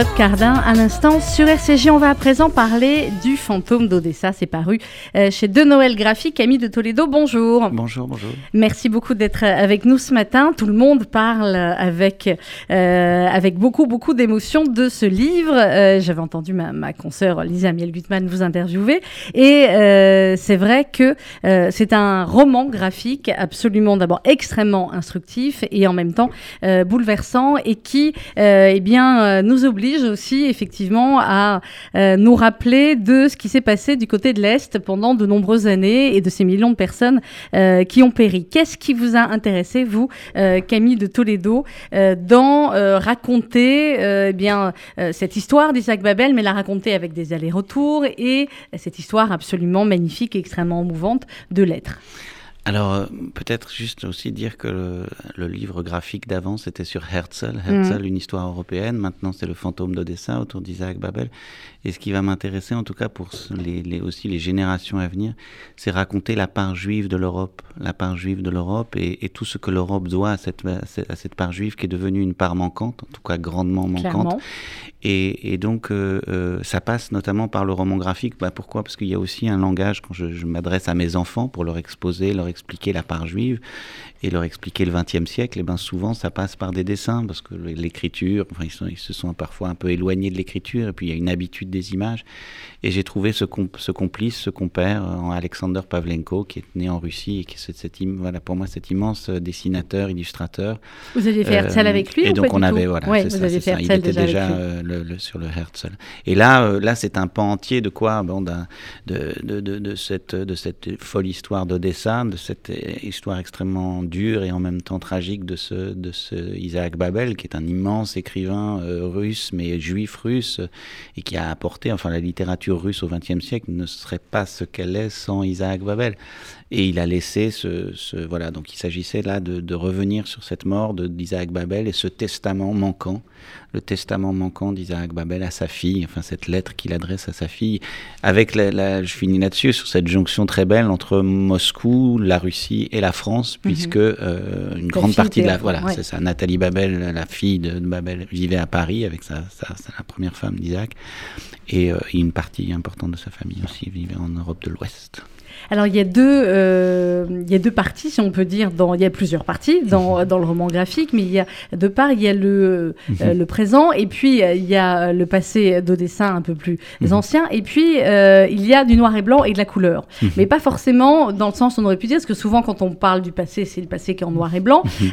Charlotte Cardin, un instant sur R C J. On va à présent parler du fantôme d'Odessa. C'est paru euh, chez De Noël Graphique. Camille de Toledo, bonjour. Bonjour, bonjour. Merci beaucoup d'être avec nous ce matin. Tout le monde parle avec, euh, avec beaucoup, beaucoup d'émotion de ce livre. Euh, j'avais entendu ma, ma consoeur Lisa Miel-Gutmann vous interviewer. Et euh, c'est vrai que euh, c'est un roman graphique absolument d'abord extrêmement instructif et en même temps euh, bouleversant et qui euh, eh bien, euh, nous oblige aussi effectivement à euh, nous rappeler de ce qui s'est passé du côté de l'Est pendant de nombreuses années et de ces millions de personnes euh, qui ont péri. Qu'est-ce qui vous a intéressé, vous, euh, Camille de Toledo, euh, dans euh, raconter euh, eh bien, euh, cette histoire d'Isaac Babel, mais la raconter avec des allers-retours et euh, cette histoire absolument magnifique et extrêmement émouvante de l'être? Alors, euh, peut-être juste aussi dire que le, le livre graphique d'avant, c'était sur Herzl. Herzl, mmh. une histoire européenne. Maintenant, c'est le fantôme d'Odessa autour d'Isaac Babel. Et ce qui va m'intéresser, en tout cas pour les, les, aussi les générations à venir, c'est raconter la part juive de l'Europe. La part juive de l'Europe et, et tout ce que l'Europe doit à cette, à cette part juive qui est devenue une part manquante, en tout cas grandement manquante. Et, et donc, euh, euh, ça passe notamment par le roman graphique. Bah, pourquoi ? Parce qu'il y a aussi un langage, quand je, je m'adresse à mes enfants pour leur exposer, leur expliquer la part juive et leur expliquer le vingtième siècle, et ben souvent ça passe par des dessins parce que l'écriture, enfin ils, sont, ils se sont parfois un peu éloignés de l'écriture et puis il y a une habitude des images. Et j'ai trouvé ce, comp- ce complice, ce compère en Alexander Pavlenko qui est né en Russie et qui est cet, im- voilà, pour moi cet immense dessinateur, illustrateur. Vous aviez fait Herzl euh, avec lui et ou donc pas on du avait tout voilà, ouais, c'est vous ça, avez c'est fait ça. Il était déjà, déjà euh, le, le, sur le Herzl. Et là, euh, là c'est un pan entier de quoi bon, d'un, de, de, de, de, cette, de cette folle histoire d'Odessa, de cette histoire extrêmement dure et en même temps tragique de ce, de ce Isaac Babel, qui est un immense écrivain euh, russe, mais juif russe, et qui a apporté, enfin la littérature russe au vingtième siècle ne serait pas ce qu'elle est sans Isaac Babel. Et il a laissé ce, ce voilà, donc il s'agissait là de, de revenir sur cette mort de, d'Isaac Babel et ce testament manquant, le testament manquant d'Isaac Babel à sa fille, enfin cette lettre qu'il adresse à sa fille, avec la, la, je finis là-dessus, sur cette jonction très belle entre Moscou, la Russie et la France, puisque mm-hmm. euh, une la grande partie de la, voilà, ouais. c'est ça, Nathalie Babel, la fille de, de Babel, vivait à Paris avec sa, sa, sa la première femme d'Isaac, et euh, une partie importante de sa famille aussi vivait en Europe de l'Ouest. Alors, il y a deux, euh, il y a deux parties, si on peut dire, dans, il y a plusieurs parties dans, dans le roman graphique, mais il y a deux parts, il y a le, euh, le présent, et puis il y a le passé d'Odessa un peu plus mmh. ancien, et puis euh, il y a du noir et blanc et de la couleur. Mmh. Mais pas forcément dans le sens, on aurait pu dire, parce que souvent quand on parle du passé, c'est le passé qui est en noir et blanc. Mmh.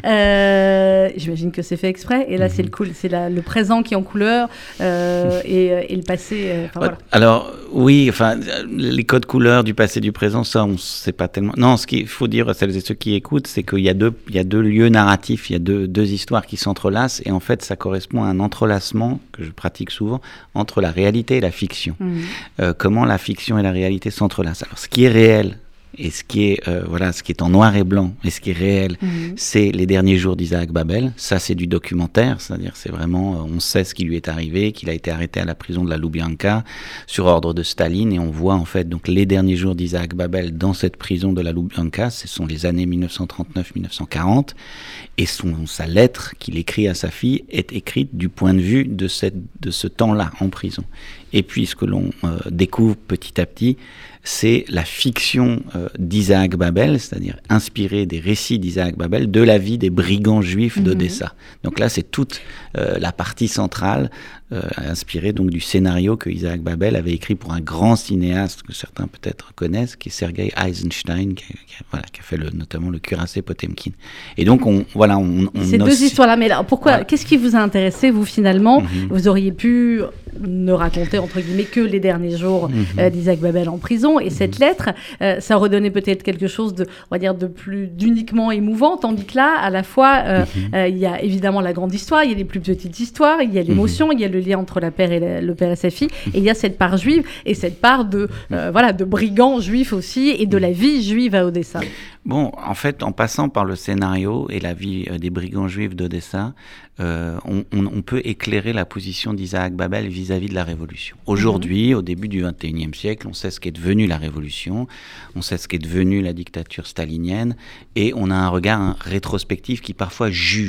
Euh, j'imagine que c'est fait exprès, et là mmh. c'est, le, cool, c'est la, le présent qui est en couleur, euh, et, et le passé... Euh, voilà. Alors, oui, enfin, les codes couleurs du passé et du présent, ça, on ne sait pas tellement. Non, ce qu'il faut dire à celles et ceux qui écoutent, c'est qu'il y a deux, il y a deux lieux narratifs, il y a deux, deux histoires qui s'entrelacent, et en fait, ça correspond à un entrelacement que je pratique souvent entre la réalité et la fiction. Mmh. Euh, comment la fiction et la réalité s'entrelacent. Alors, ce qui est réel, et ce qui est euh, voilà, ce qui est en noir et blanc et ce qui est réel, mmh. c'est les derniers jours d'Isaac Babel. Ça, c'est du documentaire, c'est-à-dire c'est vraiment, euh, on sait ce qui lui est arrivé, qu'il a été arrêté à la prison de la Loubianka sur ordre de Staline, et on voit en fait donc les derniers jours d'Isaac Babel dans cette prison de la Loubianka. Ce sont les années dix-neuf cent trente-neuf dix-neuf cent quarante, et son, sa lettre qu'il écrit à sa fille est écrite du point de vue de, cette, de ce temps-là en prison. Et puis ce que l'on euh, découvre petit à petit, c'est la fiction euh, d'Isaac Babel, c'est-à-dire inspirée des récits d'Isaac Babel, de la vie des brigands juifs mmh. d'Odessa. Donc là, c'est toute euh, la partie centrale, euh, inspirée donc du scénario que Isaac Babel avait écrit pour un grand cinéaste que certains peut-être connaissent, qui est Sergei Eisenstein, qui a, qui a, voilà, qui a fait le, notamment le Cuirassé Potemkin. Et donc, on, voilà, on, on ces deux aussi... histoires-là, mais alors, pourquoi, ouais. qu'est-ce qui vous a intéressé, vous, finalement ? mmh. Vous auriez pu ne raconter, entre guillemets, que les derniers jours mmh. euh, d'Isaac Babel en prison, et mmh. cette lettre, euh, ça redonnait peut-être quelque chose de, on va dire, de plus, d'uniquement émouvant, tandis que là, à la fois, il euh, mmh. euh, y a évidemment la grande histoire, il y a les plus petites histoires, il y a l'émotion, il mmh. y a le lien entre la père et la, le père et sa fille, et il y a cette part juive, et cette part de, euh, voilà, de brigands juifs aussi, et de la vie juive à Odessa. Bon, en fait, en passant par le scénario et la vie euh, des brigands juifs d'Odessa, euh, on, on, on peut éclairer la position d'Isaac Babel vis-à-vis de la Révolution. Aujourd'hui, mmh. au début du vingt et unième siècle, on sait ce qu'est devenue la Révolution, on sait ce qu'est devenue la dictature stalinienne, et on a un regard un, rétrospectif qui parfois juge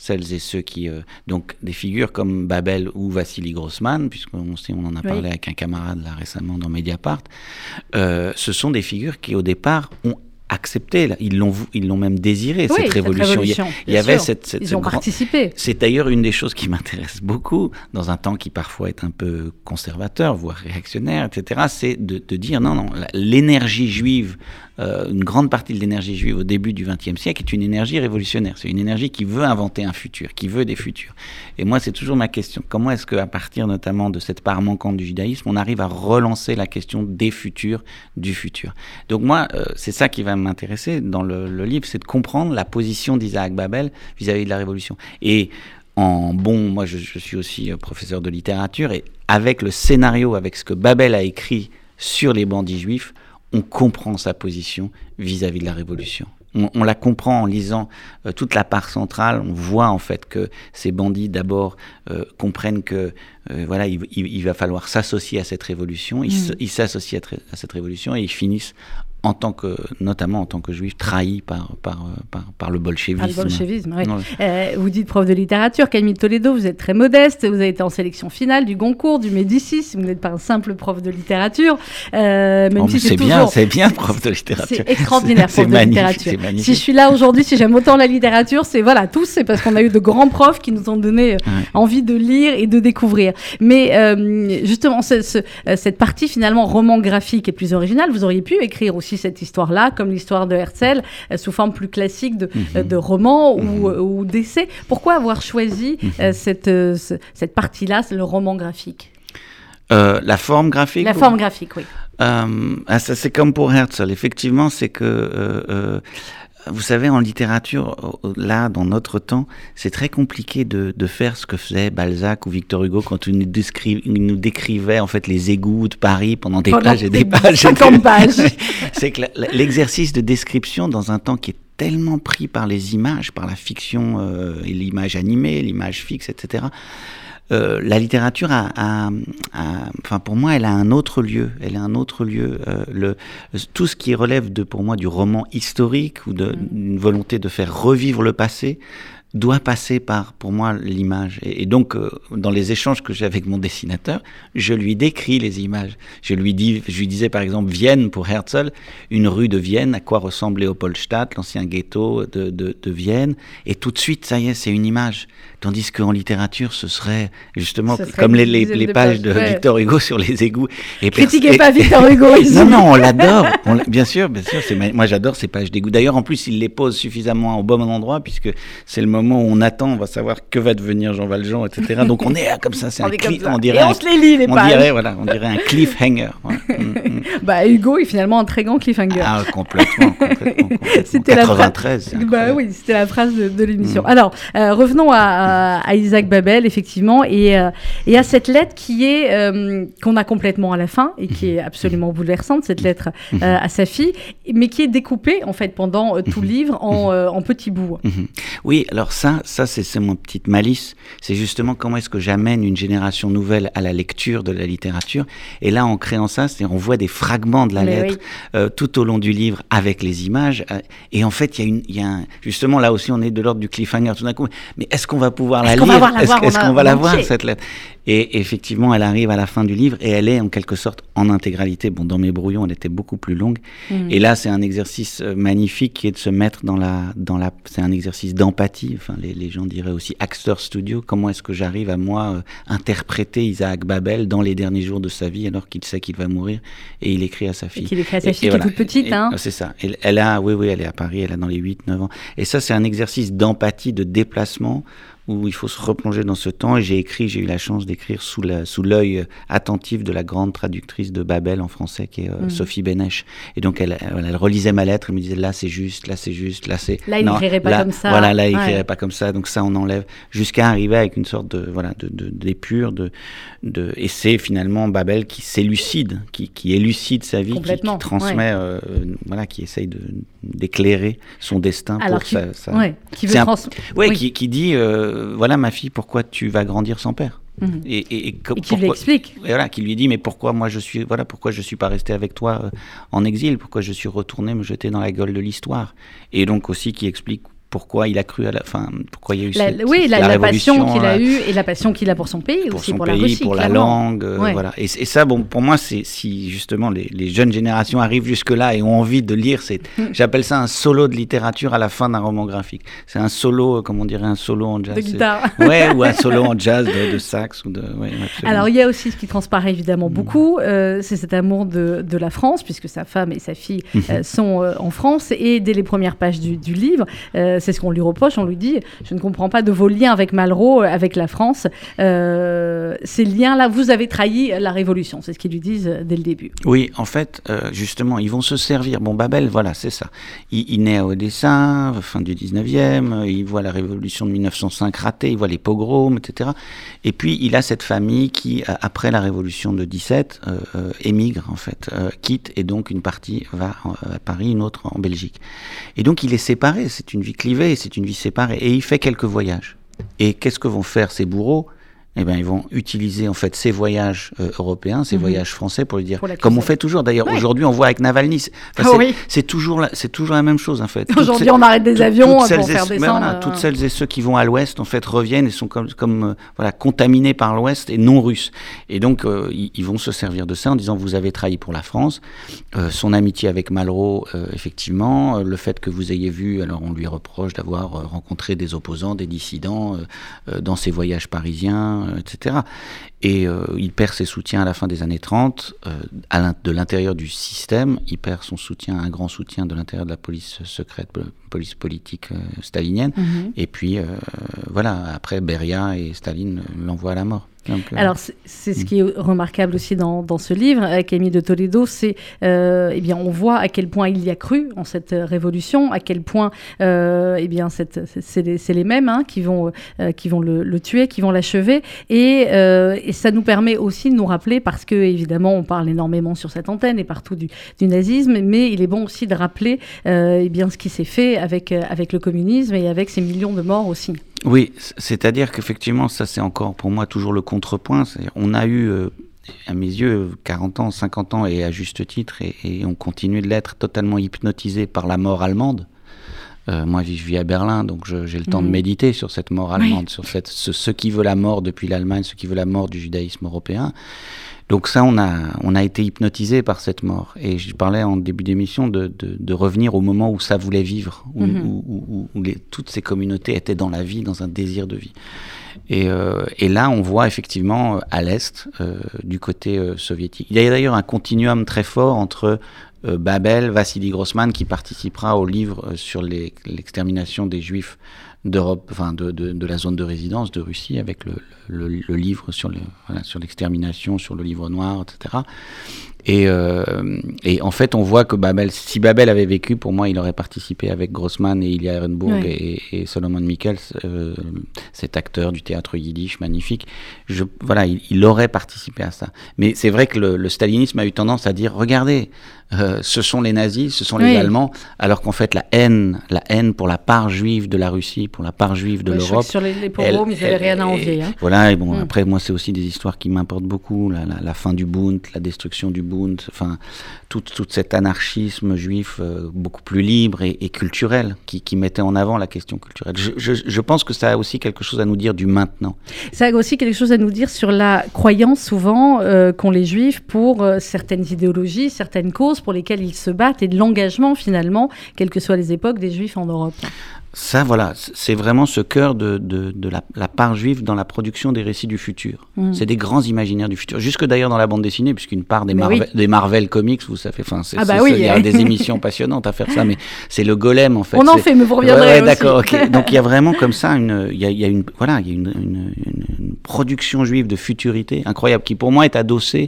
celles et ceux qui... Euh, donc, des figures comme Babel ou Vassili Grossman, puisqu'on sait, on en a parlé oui. avec un camarade là récemment dans Mediapart, euh, ce sont des figures qui, au départ, ont accepté, là, ils l'ont, ils l'ont même désiré, oui, cette, cette révolution. révolution. Il y, il y avait cette, cette, Ils ce ont grand... participé. C'est d'ailleurs une des choses qui m'intéresse beaucoup, dans un temps qui parfois est un peu conservateur, voire réactionnaire, et cetera, c'est de, de dire, non, non, l'énergie juive, euh, une grande partie de l'énergie juive au début du vingtième siècle est une énergie révolutionnaire. C'est une énergie qui veut inventer un futur, qui veut des futurs. Et moi, c'est toujours ma question. Comment est-ce qu'à partir notamment de cette part manquante du judaïsme, on arrive à relancer la question des futurs, du futur? Donc moi, euh, c'est ça qui va m'intéresser dans le, le livre, c'est de comprendre la position d'Isaac Babel vis-à-vis de la Révolution. Et en bon, moi je, je suis aussi professeur de littérature, et avec le scénario, avec ce que Babel a écrit sur les bandits juifs, on comprend sa position vis-à-vis de la Révolution. On, on la comprend en lisant euh, toute la part centrale. On voit en fait que ces bandits d'abord euh, comprennent que euh, voilà, il, il, il va falloir s'associer à cette révolution. Ils, mmh. ils s'associent à, à cette révolution et ils finissent en tant que, notamment en tant que juif, trahi par, par, par, par le bolchevisme. Par le bolchevisme, oui. Ouais. Euh, vous dites prof de littérature, Camille Toledo, vous êtes très modeste, vous avez été en sélection finale du Goncourt, du Médicis, vous n'êtes pas un simple prof de littérature. Euh, même oh, si c'est, c'est bien, toujours... c'est bien prof de littérature. C'est extraordinaire, c'est, prof c'est de littérature. Si je suis là aujourd'hui, si j'aime autant la littérature, c'est voilà, tous, c'est parce qu'on a eu de grands profs qui nous ont donné euh, ouais. envie de lire et de découvrir. Mais euh, justement, ce, ce, euh, cette partie finalement roman graphique est plus originale. Vous auriez pu écrire aussi cette histoire-là, comme l'histoire de Herzl, euh, sous forme plus classique de, mmh. euh, de roman mmh. ou, euh, ou d'essai. Pourquoi avoir choisi mmh. euh, cette, euh, ce, cette partie-là, c'est le roman graphique? euh, La forme graphique La ou... forme graphique, oui. Euh, ah, ça, c'est comme pour Herzl. Effectivement, c'est que... Euh, euh, vous savez, en littérature, là, dans notre temps, c'est très compliqué de, de faire ce que faisait Balzac ou Victor Hugo quand ils nous, décri- ils nous décrivaient en fait les égouts de Paris pendant des pendant pages et des pages. cinquante pages. C'est que l'exercice de description dans un temps qui est tellement pris par les images, par la fiction euh, et l'image animée, l'image fixe, et cetera. Euh, la littérature a, a, a, enfin pour moi, elle a un autre lieu. Elle a un autre lieu. Euh, le, tout ce qui relève de, pour moi, du roman historique ou de, d'une volonté de faire revivre le passé doit passer par, pour moi, l'image. Et, et donc, euh, dans les échanges que j'ai avec mon dessinateur, je lui décris les images. Je lui dis, je lui disais par exemple Vienne pour Herzl, une rue de Vienne, à quoi ressemble Léopoldstadt, l'ancien ghetto de, de, de Vienne. Et tout de suite, ça y est, c'est une image. Tandis qu'en littérature, ce serait justement ce serait comme les, les, les pages de ouais. Victor Hugo sur les égouts. Et critiquez pers- pas Victor Hugo ici. Non, non, on l'adore. On l'a, bien sûr, bien sûr. C'est ma- moi, j'adore ces pages d'égouts. D'ailleurs, en plus, il les pose suffisamment au bon endroit, puisque c'est le moment où on attend, on va savoir que va devenir Jean Valjean, et cetera. Donc on est là, comme ça, c'est on un cliff. On dirait Et on un, se les lit, les on pages. Dirait, voilà, on dirait un cliffhanger. Ouais. mm, mm. Bah, Hugo est finalement un très grand cliffhanger. Ah, complètement, complètement, complètement. C'était quatre-vingt-treize. La fra- bah oui, c'était la phrase de, de l'émission. Mm. Alors, euh, revenons à, à, à Isaac Babel, effectivement, et, euh, et à cette lettre qui est, euh, qu'on a complètement à la fin, et qui est absolument bouleversante, cette lettre euh, à sa fille, mais qui est découpée, en fait, pendant euh, tout le livre, en, euh, en petits bouts. Oui, alors ça, ça c'est, c'est mon petite malice, c'est justement comment est-ce que j'amène une génération nouvelle à la lecture de la littérature, et là, en créant ça, c'est, on voit des fragments de la mais lettre oui. euh, tout au long du livre, avec les images, euh, et en fait, il y a une, il y a un, justement, là aussi, on est de l'ordre du cliffhanger, tout d'un coup, mais est-ce qu'on va pouvoir est-ce la qu'on lire? Va la Est-ce, voir, est-ce a, qu'on va la voir, cette lettre? Et effectivement, elle arrive à la fin du livre et elle est en quelque sorte en intégralité. Bon, dans mes brouillons, elle était beaucoup plus longue. Mmh. Et là, c'est un exercice magnifique qui est de se mettre dans la, dans la, c'est un exercice d'empathie. Enfin, les, les gens diraient aussi acteur studio. Comment est-ce que j'arrive à moi euh, interpréter Isaac Babel dans les derniers jours de sa vie alors qu'il sait qu'il va mourir et il écrit à sa fille. Et qu'il écrit à sa et, fille et qui voilà. est toute petite, et, hein. Et, c'est ça. Elle, elle a, oui, oui, elle est à Paris. Elle a dans les huit neuf ans. Et ça, c'est un exercice d'empathie, de déplacement, où il faut se replonger dans ce temps. Et j'ai écrit, j'ai eu la chance d'écrire sous, la, sous l'œil attentif de la grande traductrice de Babel en français, qui est euh, mmh. Sophie Bénèche. Et donc, elle, elle, elle relisait ma lettre, elle me disait, là, c'est juste, là, c'est juste, là, c'est... Là, il n'écrirait pas là, comme ça. Voilà, là, il n'écrirait ouais. pas comme ça. Donc, ça, on enlève. Jusqu'à arriver avec une sorte de, voilà, de, de, d'épure, de, de... Et c'est finalement Babel qui s'élucide, qui, qui élucide sa vie, qui, qui transmet, ouais. euh, voilà, qui essaye de, d'éclairer son destin. Alors, pour qui, sa, sa... Ouais, qui veut un... trans... ouais, oui, qui, qui dit, euh, voilà, ma fille, pourquoi tu vas grandir sans père? Mmh. Et, et, et, et qui lui explique. Et voilà, qui lui dit, mais pourquoi moi je suis, voilà, pourquoi je suis pas resté avec toi euh, en exil? Pourquoi je suis retourné me jeter dans la gueule de l'histoire? Et donc aussi qui explique pourquoi il a cru à la fin, pourquoi il y a eu la, cette, oui, la, la, la révolution passion qu'il a euh, eue et la passion qu'il a pour son pays pour aussi, son pour pays, la Russie, pour la clairement. langue, euh, Ouais. voilà. Et, et ça, bon, pour moi, c'est si justement les, les jeunes générations arrivent jusque-là et ont envie de lire, c'est, j'appelle ça un solo de littérature à la fin d'un roman graphique. C'est un solo, comme on dirait, un solo en jazz. De guitare. Ouais, ou un solo en jazz de, de sax ou de. Ouais, Alors il y a aussi ce qui transparaît évidemment mmh. beaucoup, euh, c'est cet amour de, de la France, puisque sa femme et sa fille euh, sont euh, en France, et dès les premières pages du, du livre, euh, c'est ce qu'on lui reproche, on lui dit « Je ne comprends pas de vos liens avec Malraux, avec la France, euh, ces liens-là, vous avez trahi la Révolution », c'est ce qu'ils lui disent dès le début. Oui, en fait, euh, justement, ils vont se servir. Bon, Babel, voilà, c'est ça. Il, il naît à Odessa, fin du dix-neuvième, il voit la Révolution de mille neuf cent cinq ratée, il voit les pogroms, et cetera. Et puis, il a cette famille qui, après la Révolution de dix-sept, euh, euh, émigre, en fait, euh, quitte, et donc une partie va à Paris, une autre en Belgique. Et donc, il est séparé, c'est une vie clivée, c'est une vie séparée, et il fait quelques voyages. Et qu'est-ce que vont faire ces bourreaux ? Eh bien, ils vont utiliser en fait ces voyages euh, européens, ces mmh. voyages français pour lui dire, pour comme on fait toujours. D'ailleurs, ouais. aujourd'hui, on voit avec Navalny, c'est, enfin, oh, c'est, oui. c'est toujours la, c'est toujours la même chose en fait. Aujourd'hui, toutes on arrête des toutes, avions toutes pour faire et, descendre. Voilà, euh... toutes celles et ceux qui vont à l'Ouest en fait reviennent et sont comme, comme euh, voilà contaminés par l'Ouest et non russes. Et donc, euh, ils, ils vont se servir de ça en disant, vous avez trahi pour la France. Euh, son amitié avec Malraux, euh, effectivement, euh, le fait que vous ayez vu, alors on lui reproche d'avoir euh, rencontré des opposants, des dissidents euh, euh, dans ses voyages parisiens, euh, et cetera. Et euh, il perd ses soutiens à la fin des années trente, euh, à l'in- de l'intérieur du système, il perd son soutien, un grand soutien de l'intérieur de la police secrète, police politique euh, stalinienne, mmh. et puis euh, voilà, après Beria et Staline l'envoient à la mort. Donc, euh, Alors, c'est, c'est ce qui est remarquable aussi dans, dans ce livre, avec Camille de Toledo, c'est, euh, eh bien, on voit à quel point il y a cru en cette révolution, à quel point, euh, eh bien, cette, c'est, les, c'est les mêmes hein, qui vont, euh, qui vont le, le tuer, qui vont l'achever, et, euh, et ça nous permet aussi de nous rappeler, parce que, évidemment, on parle énormément sur cette antenne et partout du, du nazisme, mais il est bon aussi de rappeler, euh, eh bien, ce qui s'est fait avec, avec le communisme et avec ces millions de morts aussi. Oui, c'est-à-dire qu'effectivement, ça c'est encore pour moi toujours le contrepoint. C'est-à-dire, on a eu, euh, à mes yeux, quarante ans, cinquante ans, et à juste titre, et, et on continue de l'être totalement hypnotisé par la mort allemande. Euh, moi, je vis à Berlin, donc je, j'ai le temps mmh. de méditer sur cette mort allemande, oui. sur cette, ce, ce qui veut la mort depuis l'Allemagne, ce qui veut la mort du judaïsme européen. Donc ça, on a, on a été hypnotisé par cette mort. Et je parlais en début d'émission de, de, de revenir au moment où ça voulait vivre, où, mmh. où, où, où les, toutes ces communautés étaient dans la vie, dans un désir de vie. Et, euh, et là, on voit effectivement à l'Est, euh, du côté euh, soviétique. Il y a d'ailleurs un continuum très fort entre euh, Babel, Vassili Grossman, qui participera au livre euh, sur les, l'extermination des Juifs d'Europe, enfin de, de, de la zone de résidence de Russie, avec le, le, le livre sur, le, voilà, sur l'extermination, sur le livre noir, et cetera. Et, euh, et en fait, on voit que Babel, si Babel avait vécu, pour moi, il aurait participé avec Grossman et Ilya Ehrenburg oui. et, et Solomon Michels, euh, cet acteur du théâtre yiddish magnifique. Je, voilà, il, il aurait participé à ça. Mais c'est vrai que le, le stalinisme a eu tendance à dire, regardez, euh, ce sont les nazis, ce sont les oui. Allemands, alors qu'en fait, la haine, la haine pour la part juive de la Russie, pour la part juive de oui, l'Europe. Sur les, les pogroms, ils n'avaient rien à envier. Hein. Voilà, et bon, mm. après, moi, c'est aussi des histoires qui m'importent beaucoup, la, la, la fin du Bund, la destruction du Bund, enfin, tout, tout cet anarchisme juif euh, beaucoup plus libre et, et culturel, qui, qui mettait en avant la question culturelle. Je, je, je pense que ça a aussi quelque chose à nous dire du maintenant. Ça a aussi quelque chose à nous dire sur la croyance, souvent, euh, qu'ont les juifs pour euh, certaines idéologies, certaines causes pour lesquelles ils se battent, et de l'engagement, finalement, quelles que soient les époques, des juifs en Europe. Ça, voilà, c'est vraiment ce cœur de, de, de la, la part juive dans la production des récits du futur. Mmh. C'est des grands imaginaires du futur. Jusque d'ailleurs dans la bande dessinée, puisqu'une part des, Marvel, oui. des Marvel Comics, vous savez, enfin, c'est, ah bah c'est, oui, il y a des émissions passionnantes à faire ça, mais c'est le golem, en fait. On en c'est... fait, mais vous reviendrez ouais, ouais, aussi. D'accord, ok. Donc il y a vraiment comme ça une, il y a, il y a une, voilà, il y a une, une, une, une production juive de futurité incroyable qui, pour moi, est adossée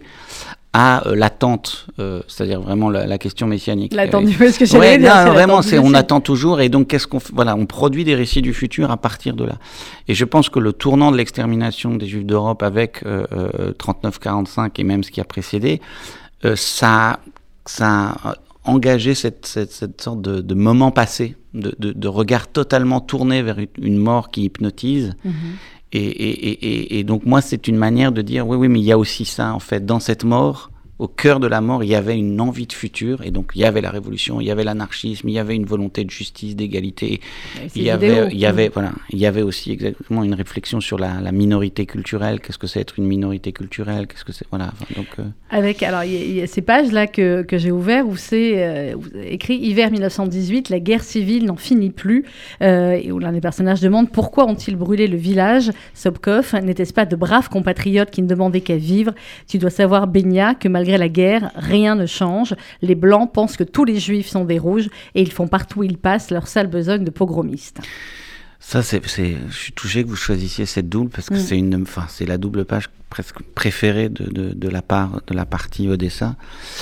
à euh, l'attente, euh, c'est-à-dire vraiment la, la question messianique. L'attente du parce que j'allais ouais, dire, non, c'est vraiment, c'est on attend toujours, et donc qu'est-ce qu'on fait ? Voilà, on produit des récits du futur à partir de là. Et je pense que le tournant de l'extermination des Juifs d'Europe avec euh, euh, trente-neuf quarante-cinq et même ce qui a précédé, euh, ça, ça a engagé cette, cette, cette sorte de, de moment passé, de, de, de regard totalement tourné vers une mort qui hypnotise. Mm-hmm. Et, et, et, et donc moi, c'est une manière de dire, oui, oui, mais il y a aussi ça, en fait, dans cette mort, Au cœur de la mort, il y avait une envie de futur, et donc il y avait la révolution, il y avait l'anarchisme, il y avait une volonté de justice, d'égalité. Il y avait, il y avait, voilà, il y avait aussi exactement une réflexion sur la, la minorité culturelle. Qu'est-ce que c'est être une minorité culturelle? Qu'est-ce que c'est, voilà. Enfin, donc, euh... Avec, alors, il y, y a ces pages là que, que j'ai ouvertes où c'est euh, écrit hiver mille neuf cent dix-huit, la guerre civile n'en finit plus, euh, et où l'un des personnages demande pourquoi ont-ils brûlé le village. Sobkov, n'était-ce pas de braves compatriotes qui ne demandaient qu'à vivre? Tu dois savoir, Benya, que malgré la guerre, rien ne change. Les Blancs pensent que tous les Juifs sont des Rouges et ils font partout où ils passent leur sale besogne de pogromistes. Ça, c'est, c'est, je suis touché que vous choisissiez cette double parce que mmh. c'est une, enfin, c'est la double page presque préférée de, de, de la part, de la partie Odessa.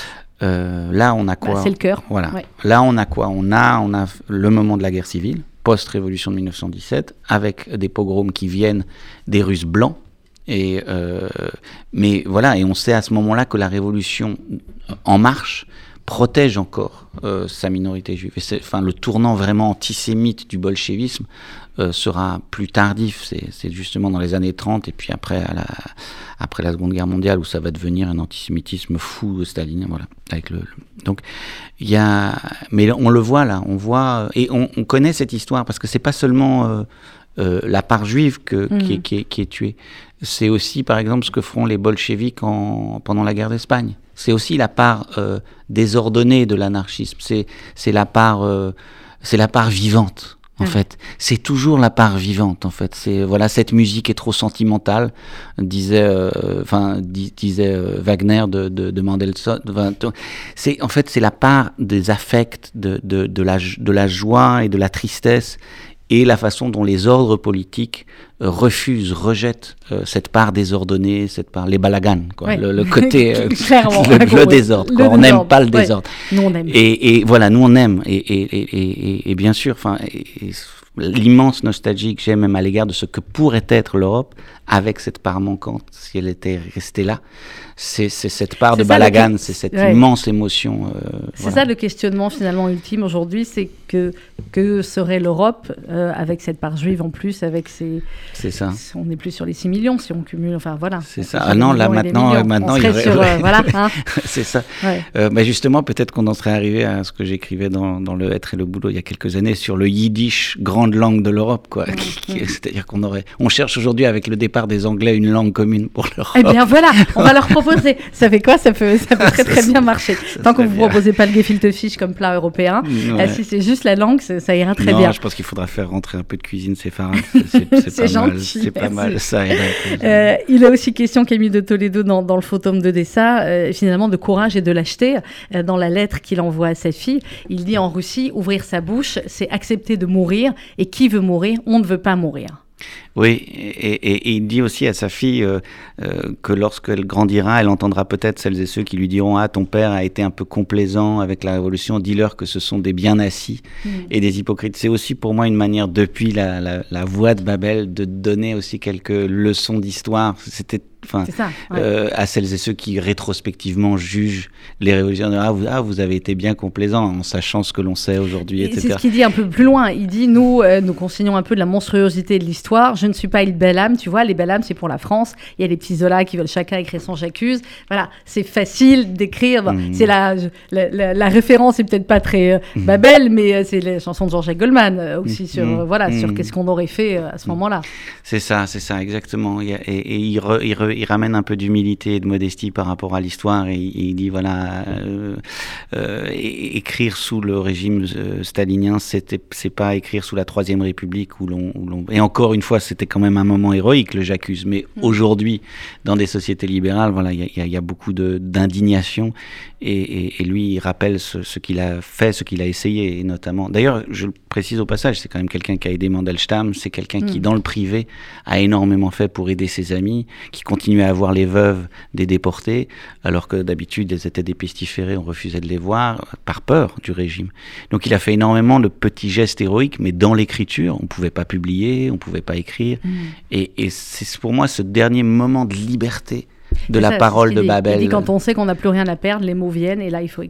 Euh, là, on a quoi? Bah, c'est le cœur. Voilà. Ouais. Là, on a quoi? On a, on a le moment de la guerre civile, post-révolution de mille neuf cent dix-sept, avec des pogroms qui viennent des Russes blancs. Et euh, mais voilà, et on sait à ce moment-là que la révolution en marche protège encore euh, sa minorité juive. Et c'est, enfin, le tournant vraiment antisémite du bolchevisme euh, sera plus tardif. C'est, c'est justement dans les années trente et puis après, à la, après la Seconde Guerre mondiale où ça va devenir un antisémitisme fou stalinien. Voilà. Avec le, le, donc il y a, mais on le voit là, on voit et on, on connaît cette histoire parce que c'est pas seulement euh, euh, la part juive que, mmh. qui, est, qui, est, qui est tuée. C'est aussi, par exemple, ce que feront les bolcheviks en, pendant la guerre d'Espagne. C'est aussi la part euh, désordonnée de l'anarchisme. C'est, c'est, la part, euh, c'est la part vivante, en mmh. fait. C'est toujours la part vivante, en fait. C'est, voilà, cette musique est trop sentimentale, disait, enfin, euh, dis, disait euh, Wagner de, de, de Mendelssohn. C'est, en fait, c'est la part des affects, de, de, de, la, de la joie et de la tristesse, et la façon dont les ordres politiques euh, refusent, rejettent euh, cette part désordonnée, cette part, les balagans, quoi, ouais. le, le côté, euh, le, le désordre, quoi. Le on n'aime pas le ouais. désordre. Nous on aime. Et, et voilà, nous on aime, et, et, et, et, et bien sûr, enfin, l'immense nostalgie que j'ai même à l'égard de ce que pourrait être l'Europe avec cette part manquante, si elle était restée là. C'est, c'est cette part c'est de balagan, que... c'est cette ouais. immense émotion. Euh, c'est voilà. ça le questionnement finalement ultime aujourd'hui, c'est que que serait l'Europe euh, avec cette part juive en plus, avec ses. C'est ça. On n'est plus sur les six millions si on cumule, enfin voilà. C'est ça. Ah non, là maintenant, euh, maintenant il y aurait. Sur, euh, voilà. Hein. C'est ça. Ouais. Euh, bah justement, peut-être qu'on en serait arrivé à ce que j'écrivais dans dans le Être et le boulot il y a quelques années sur le yiddish, grande langue de l'Europe, quoi. Mmh, qui, mmh. C'est-à-dire qu'on aurait, on cherche aujourd'hui avec le départ des Anglais une langue commune pour l'Europe. Eh bien voilà, on va leur proposer. Ça fait quoi? Ça peut, ça peut très très bien marcher. Tant que vous ne proposez pas le gefilte fish comme plat européen, ouais. euh, si c'est juste la langue, ça, ça ira très non, bien. Je pense qu'il faudra faire rentrer un peu de cuisine séfarade. C'est, c'est, c'est, c'est pas gentil, mal. C'est pas mal. Ça euh, il a aussi question, Camille de Toledo, dans, dans le faux tome d'Odessa, euh, finalement de courage et de lâcheté. Euh, dans la lettre qu'il envoie à sa fille, il dit en Russie, ouvrir sa bouche, c'est accepter de mourir. Et qui veut mourir? On ne veut pas mourir. Oui, et, et, et il dit aussi à sa fille euh, euh, que lorsqu'elle grandira, elle entendra peut-être celles et ceux qui lui diront « Ah, ton père a été un peu complaisant avec la Révolution, dis-leur que ce sont des bien assis mmh. et des hypocrites. » C'est aussi pour moi une manière, depuis la, la, la voix de Babel, de donner aussi quelques leçons d'histoire. C'était Enfin, ça, ouais. euh, à celles et ceux qui rétrospectivement jugent les révolutionnaires, ah vous, ah, vous avez été bien complaisant en sachant ce que l'on sait aujourd'hui, et cetera. C'est ce qu'il dit un peu plus loin. Il dit, nous, euh, nous consignons un peu de la monstruosité de l'histoire. Je ne suis pas une belle âme, tu vois. Les belles âmes, c'est pour la France. Il y a les petits Zola qui veulent chacun écrire son J'accuse. Voilà, c'est facile d'écrire. Bon, mmh. C'est la, la, la, la référence est peut-être pas très euh, mmh. Babel, mais euh, c'est les chansons de Jean-Jacques Goldman euh, aussi mmh. sur euh, voilà mmh. sur qu'est-ce qu'on aurait fait euh, à ce mmh. moment-là. C'est ça, c'est ça exactement. Et, et, et il, re, il, re, il ramène un peu d'humilité et de modestie par rapport à l'histoire et, et il dit voilà euh, euh, écrire sous le régime euh, stalinien c'était c'est pas écrire sous la Troisième République où l'on, où l'on et encore une fois c'était quand même un moment héroïque le J'accuse, mais mmh. aujourd'hui dans des sociétés libérales voilà il y, y, y a beaucoup de, d'indignation et, et, et lui il rappelle ce, ce qu'il a fait, ce qu'il a essayé et notamment d'ailleurs je le précise au passage c'est quand même quelqu'un qui a aidé Mandelstam, c'est quelqu'un mmh. qui dans le privé a énormément fait pour aider ses amis, qui continuait à voir les veuves des déportés, alors que d'habitude elles étaient des pestiférées, on refusait de les voir par peur du régime. Donc il a fait énormément de petits gestes héroïques, mais dans l'écriture, on ne pouvait pas publier, on ne pouvait pas écrire. Mmh. Et, et c'est pour moi ce dernier moment de liberté de c'est la ça, parole de dit. Babel. Il dit quand on sait qu'on n'a plus rien à perdre, les mots viennent et là il faut écrire.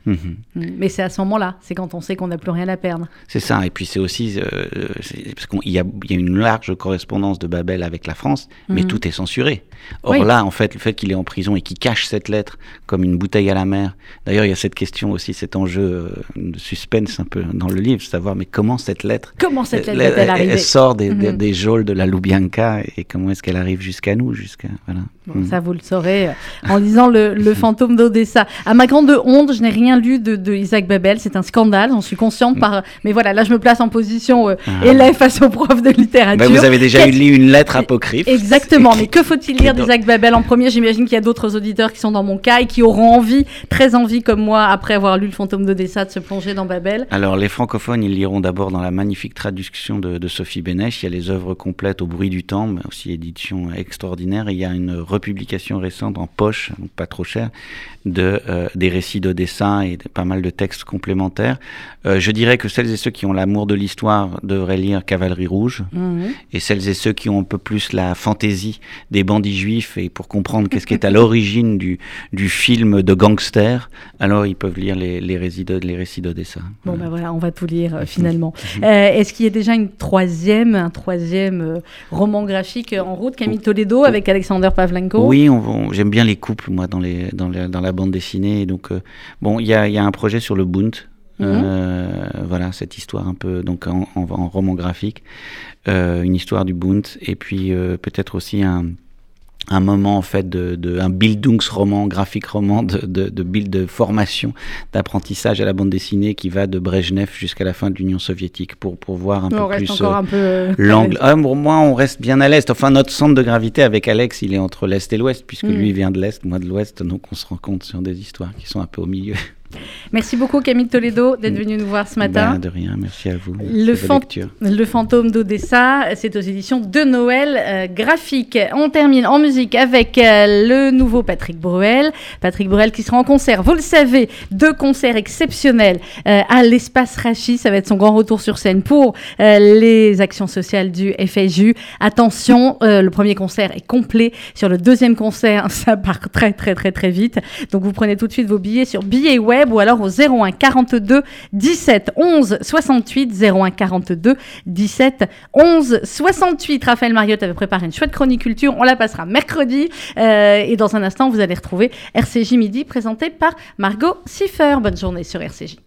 Mmh. Mais c'est à ce moment-là, c'est quand on sait qu'on n'a plus rien à perdre. C'est ça, et puis c'est aussi, euh, c'est, parce qu'il y a, il y a une large correspondance de Babel avec la France, mais mmh. tout est censuré. Or oui. là, en fait, le fait qu'il est en prison et qu'il cache cette lettre comme une bouteille à la mer, d'ailleurs il y a cette question aussi, cet enjeu euh, de suspense un peu dans le livre, savoir mais comment cette lettre, comment cette lettre elle, est-elle arrivée elle sort des, mmh. des, des geôles de la Lubyanka, et comment est-ce qu'elle arrive jusqu'à nous, jusqu'à, voilà. Bon, mmh. Ça, vous le saurez en lisant le, le fantôme d'Odessa. À ma grande honte, je n'ai rien lu de, de Isaac Babel. C'est un scandale, j'en suis consciente. Par... Mais voilà, là, je me place en position euh, ah. élève face au prof de littérature. Ben, vous avez déjà Qu'est... lu une lettre apocryphe. Exactement. Mais que faut-il lire d'Isaac Babel en premier ? J'imagine qu'il y a d'autres auditeurs qui sont dans mon cas et qui auront envie, très envie comme moi, après avoir lu le fantôme d'Odessa, de se plonger dans Babel. Alors, les francophones, ils liront d'abord dans la magnifique traduction de, de Sophie Bénèche. Il y a les œuvres complètes au bruit du temps, mais aussi édition extraordinaire. Et il y a une republication récente en poche, donc pas trop cher, de, euh, des récits d'Odessa et de, pas mal de textes complémentaires. Euh, je dirais que celles et ceux qui ont l'amour de l'histoire devraient lire Cavalerie Rouge, mmh. et celles et ceux qui ont un peu plus la fantaisie des bandits juifs et pour comprendre qu'est-ce qui est à l'origine du, du film de gangster, alors ils peuvent lire les, les, récits, de, les récits d'Odessa. Bon, voilà. Ben voilà, on va tout lire euh, finalement. Mmh. Euh, est-ce qu'il y a déjà une troisième, un troisième euh, roman graphique en route, Camille Toledo, oh. avec Alexander Pavlenko ? Oui, on, on, j'aime bien les couples, moi, dans, les, dans, les, dans la bande dessinée. Et donc, euh, bon, il y a, y a un projet sur le Bund. Mmh. Euh, voilà, cette histoire un peu donc en, en, en roman graphique, euh, une histoire du Bund, et puis euh, peut-être aussi un, un moment en fait de, de un Bildungsroman, graphique roman de, de, de, build, de formation, d'apprentissage à la bande dessinée qui va de Brejnev jusqu'à la fin de l'Union soviétique pour, pour voir un on peu reste plus encore euh, un peu l'angle. Ah, pour moi, on reste bien à l'est. Enfin, notre centre de gravité avec Alex, il est entre l'est et l'ouest, puisque mmh. lui vient de l'est, moi de l'ouest, donc on se rend compte sur des histoires qui sont un peu au milieu. Merci beaucoup Camille Toledo d'être venu nous voir ce matin. Ben, de rien, merci à vous. Le, fan... le fantôme d'Odessa, c'est aux éditions de Noël euh, graphique. On termine en musique avec euh, le nouveau Patrick Bruel. Patrick Bruel qui sera en concert, vous le savez, deux concerts exceptionnels euh, à l'Espace Rachis. Ça va être son grand retour sur scène pour euh, les actions sociales du F S J U. Attention, euh, le premier concert est complet. Sur le deuxième concert, ça part très très très très vite. Donc vous prenez tout de suite vos billets sur Billets Web ou alors au zéro un quarante-deux dix-sept onze soixante-huit, zéro un quarante-deux dix-sept onze soixante-huit. Raphaël Mariotte avait préparé une chouette chronique culture, on la passera mercredi euh, et dans un instant vous allez retrouver R C J Midi présenté par Margot Siffer. Bonne journée sur R C J.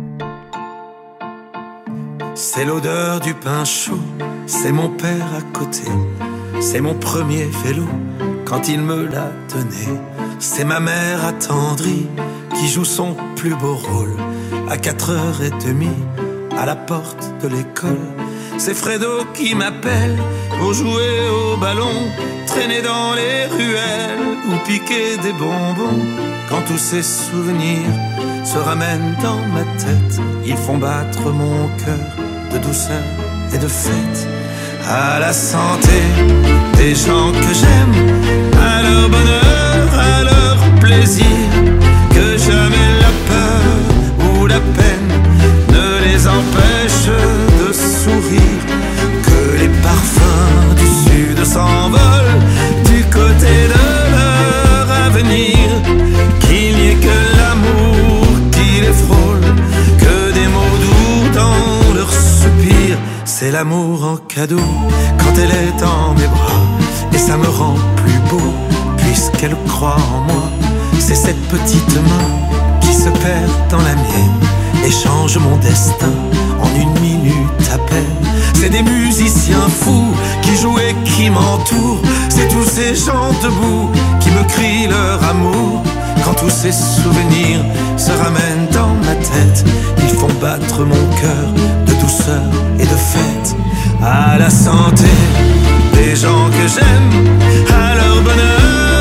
C'est l'odeur du pain chaud, c'est mon père à côté, c'est mon premier vélo quand il me l'a donné, c'est ma mère attendrie qui joue son plus beau rôle à quatre heures trente à la porte de l'école. C'est Fredo qui m'appelle pour jouer au ballon, traîner dans les ruelles ou piquer des bonbons. Quand tous ces souvenirs se ramènent dans ma tête, ils font battre mon cœur de douceur et de fête. À la santé des gens que j'aime, à leur bonheur, à leur plaisir, que jamais la peur ou la peine ne les empêche de sourire, que les parfums du sud s'envolent du côté de leur avenir, qu'il n'y ait que l'amour qui les frôle, que des mots doux dans leurs soupirs. C'est l'amour en cadeau quand elle est dans mes bras, et ça me rend plus beau puisqu'elle croit en moi. C'est cette petite main qui se perd dans la mienne et change mon destin en une minute à peine. C'est des musiciens fous qui jouent et qui m'entourent, c'est tous ces gens debout qui me crient leur amour. Quand tous ces souvenirs se ramènent dans ma tête, ils font battre mon cœur de douceur et de fête. À la santé des gens que j'aime, à leur bonheur,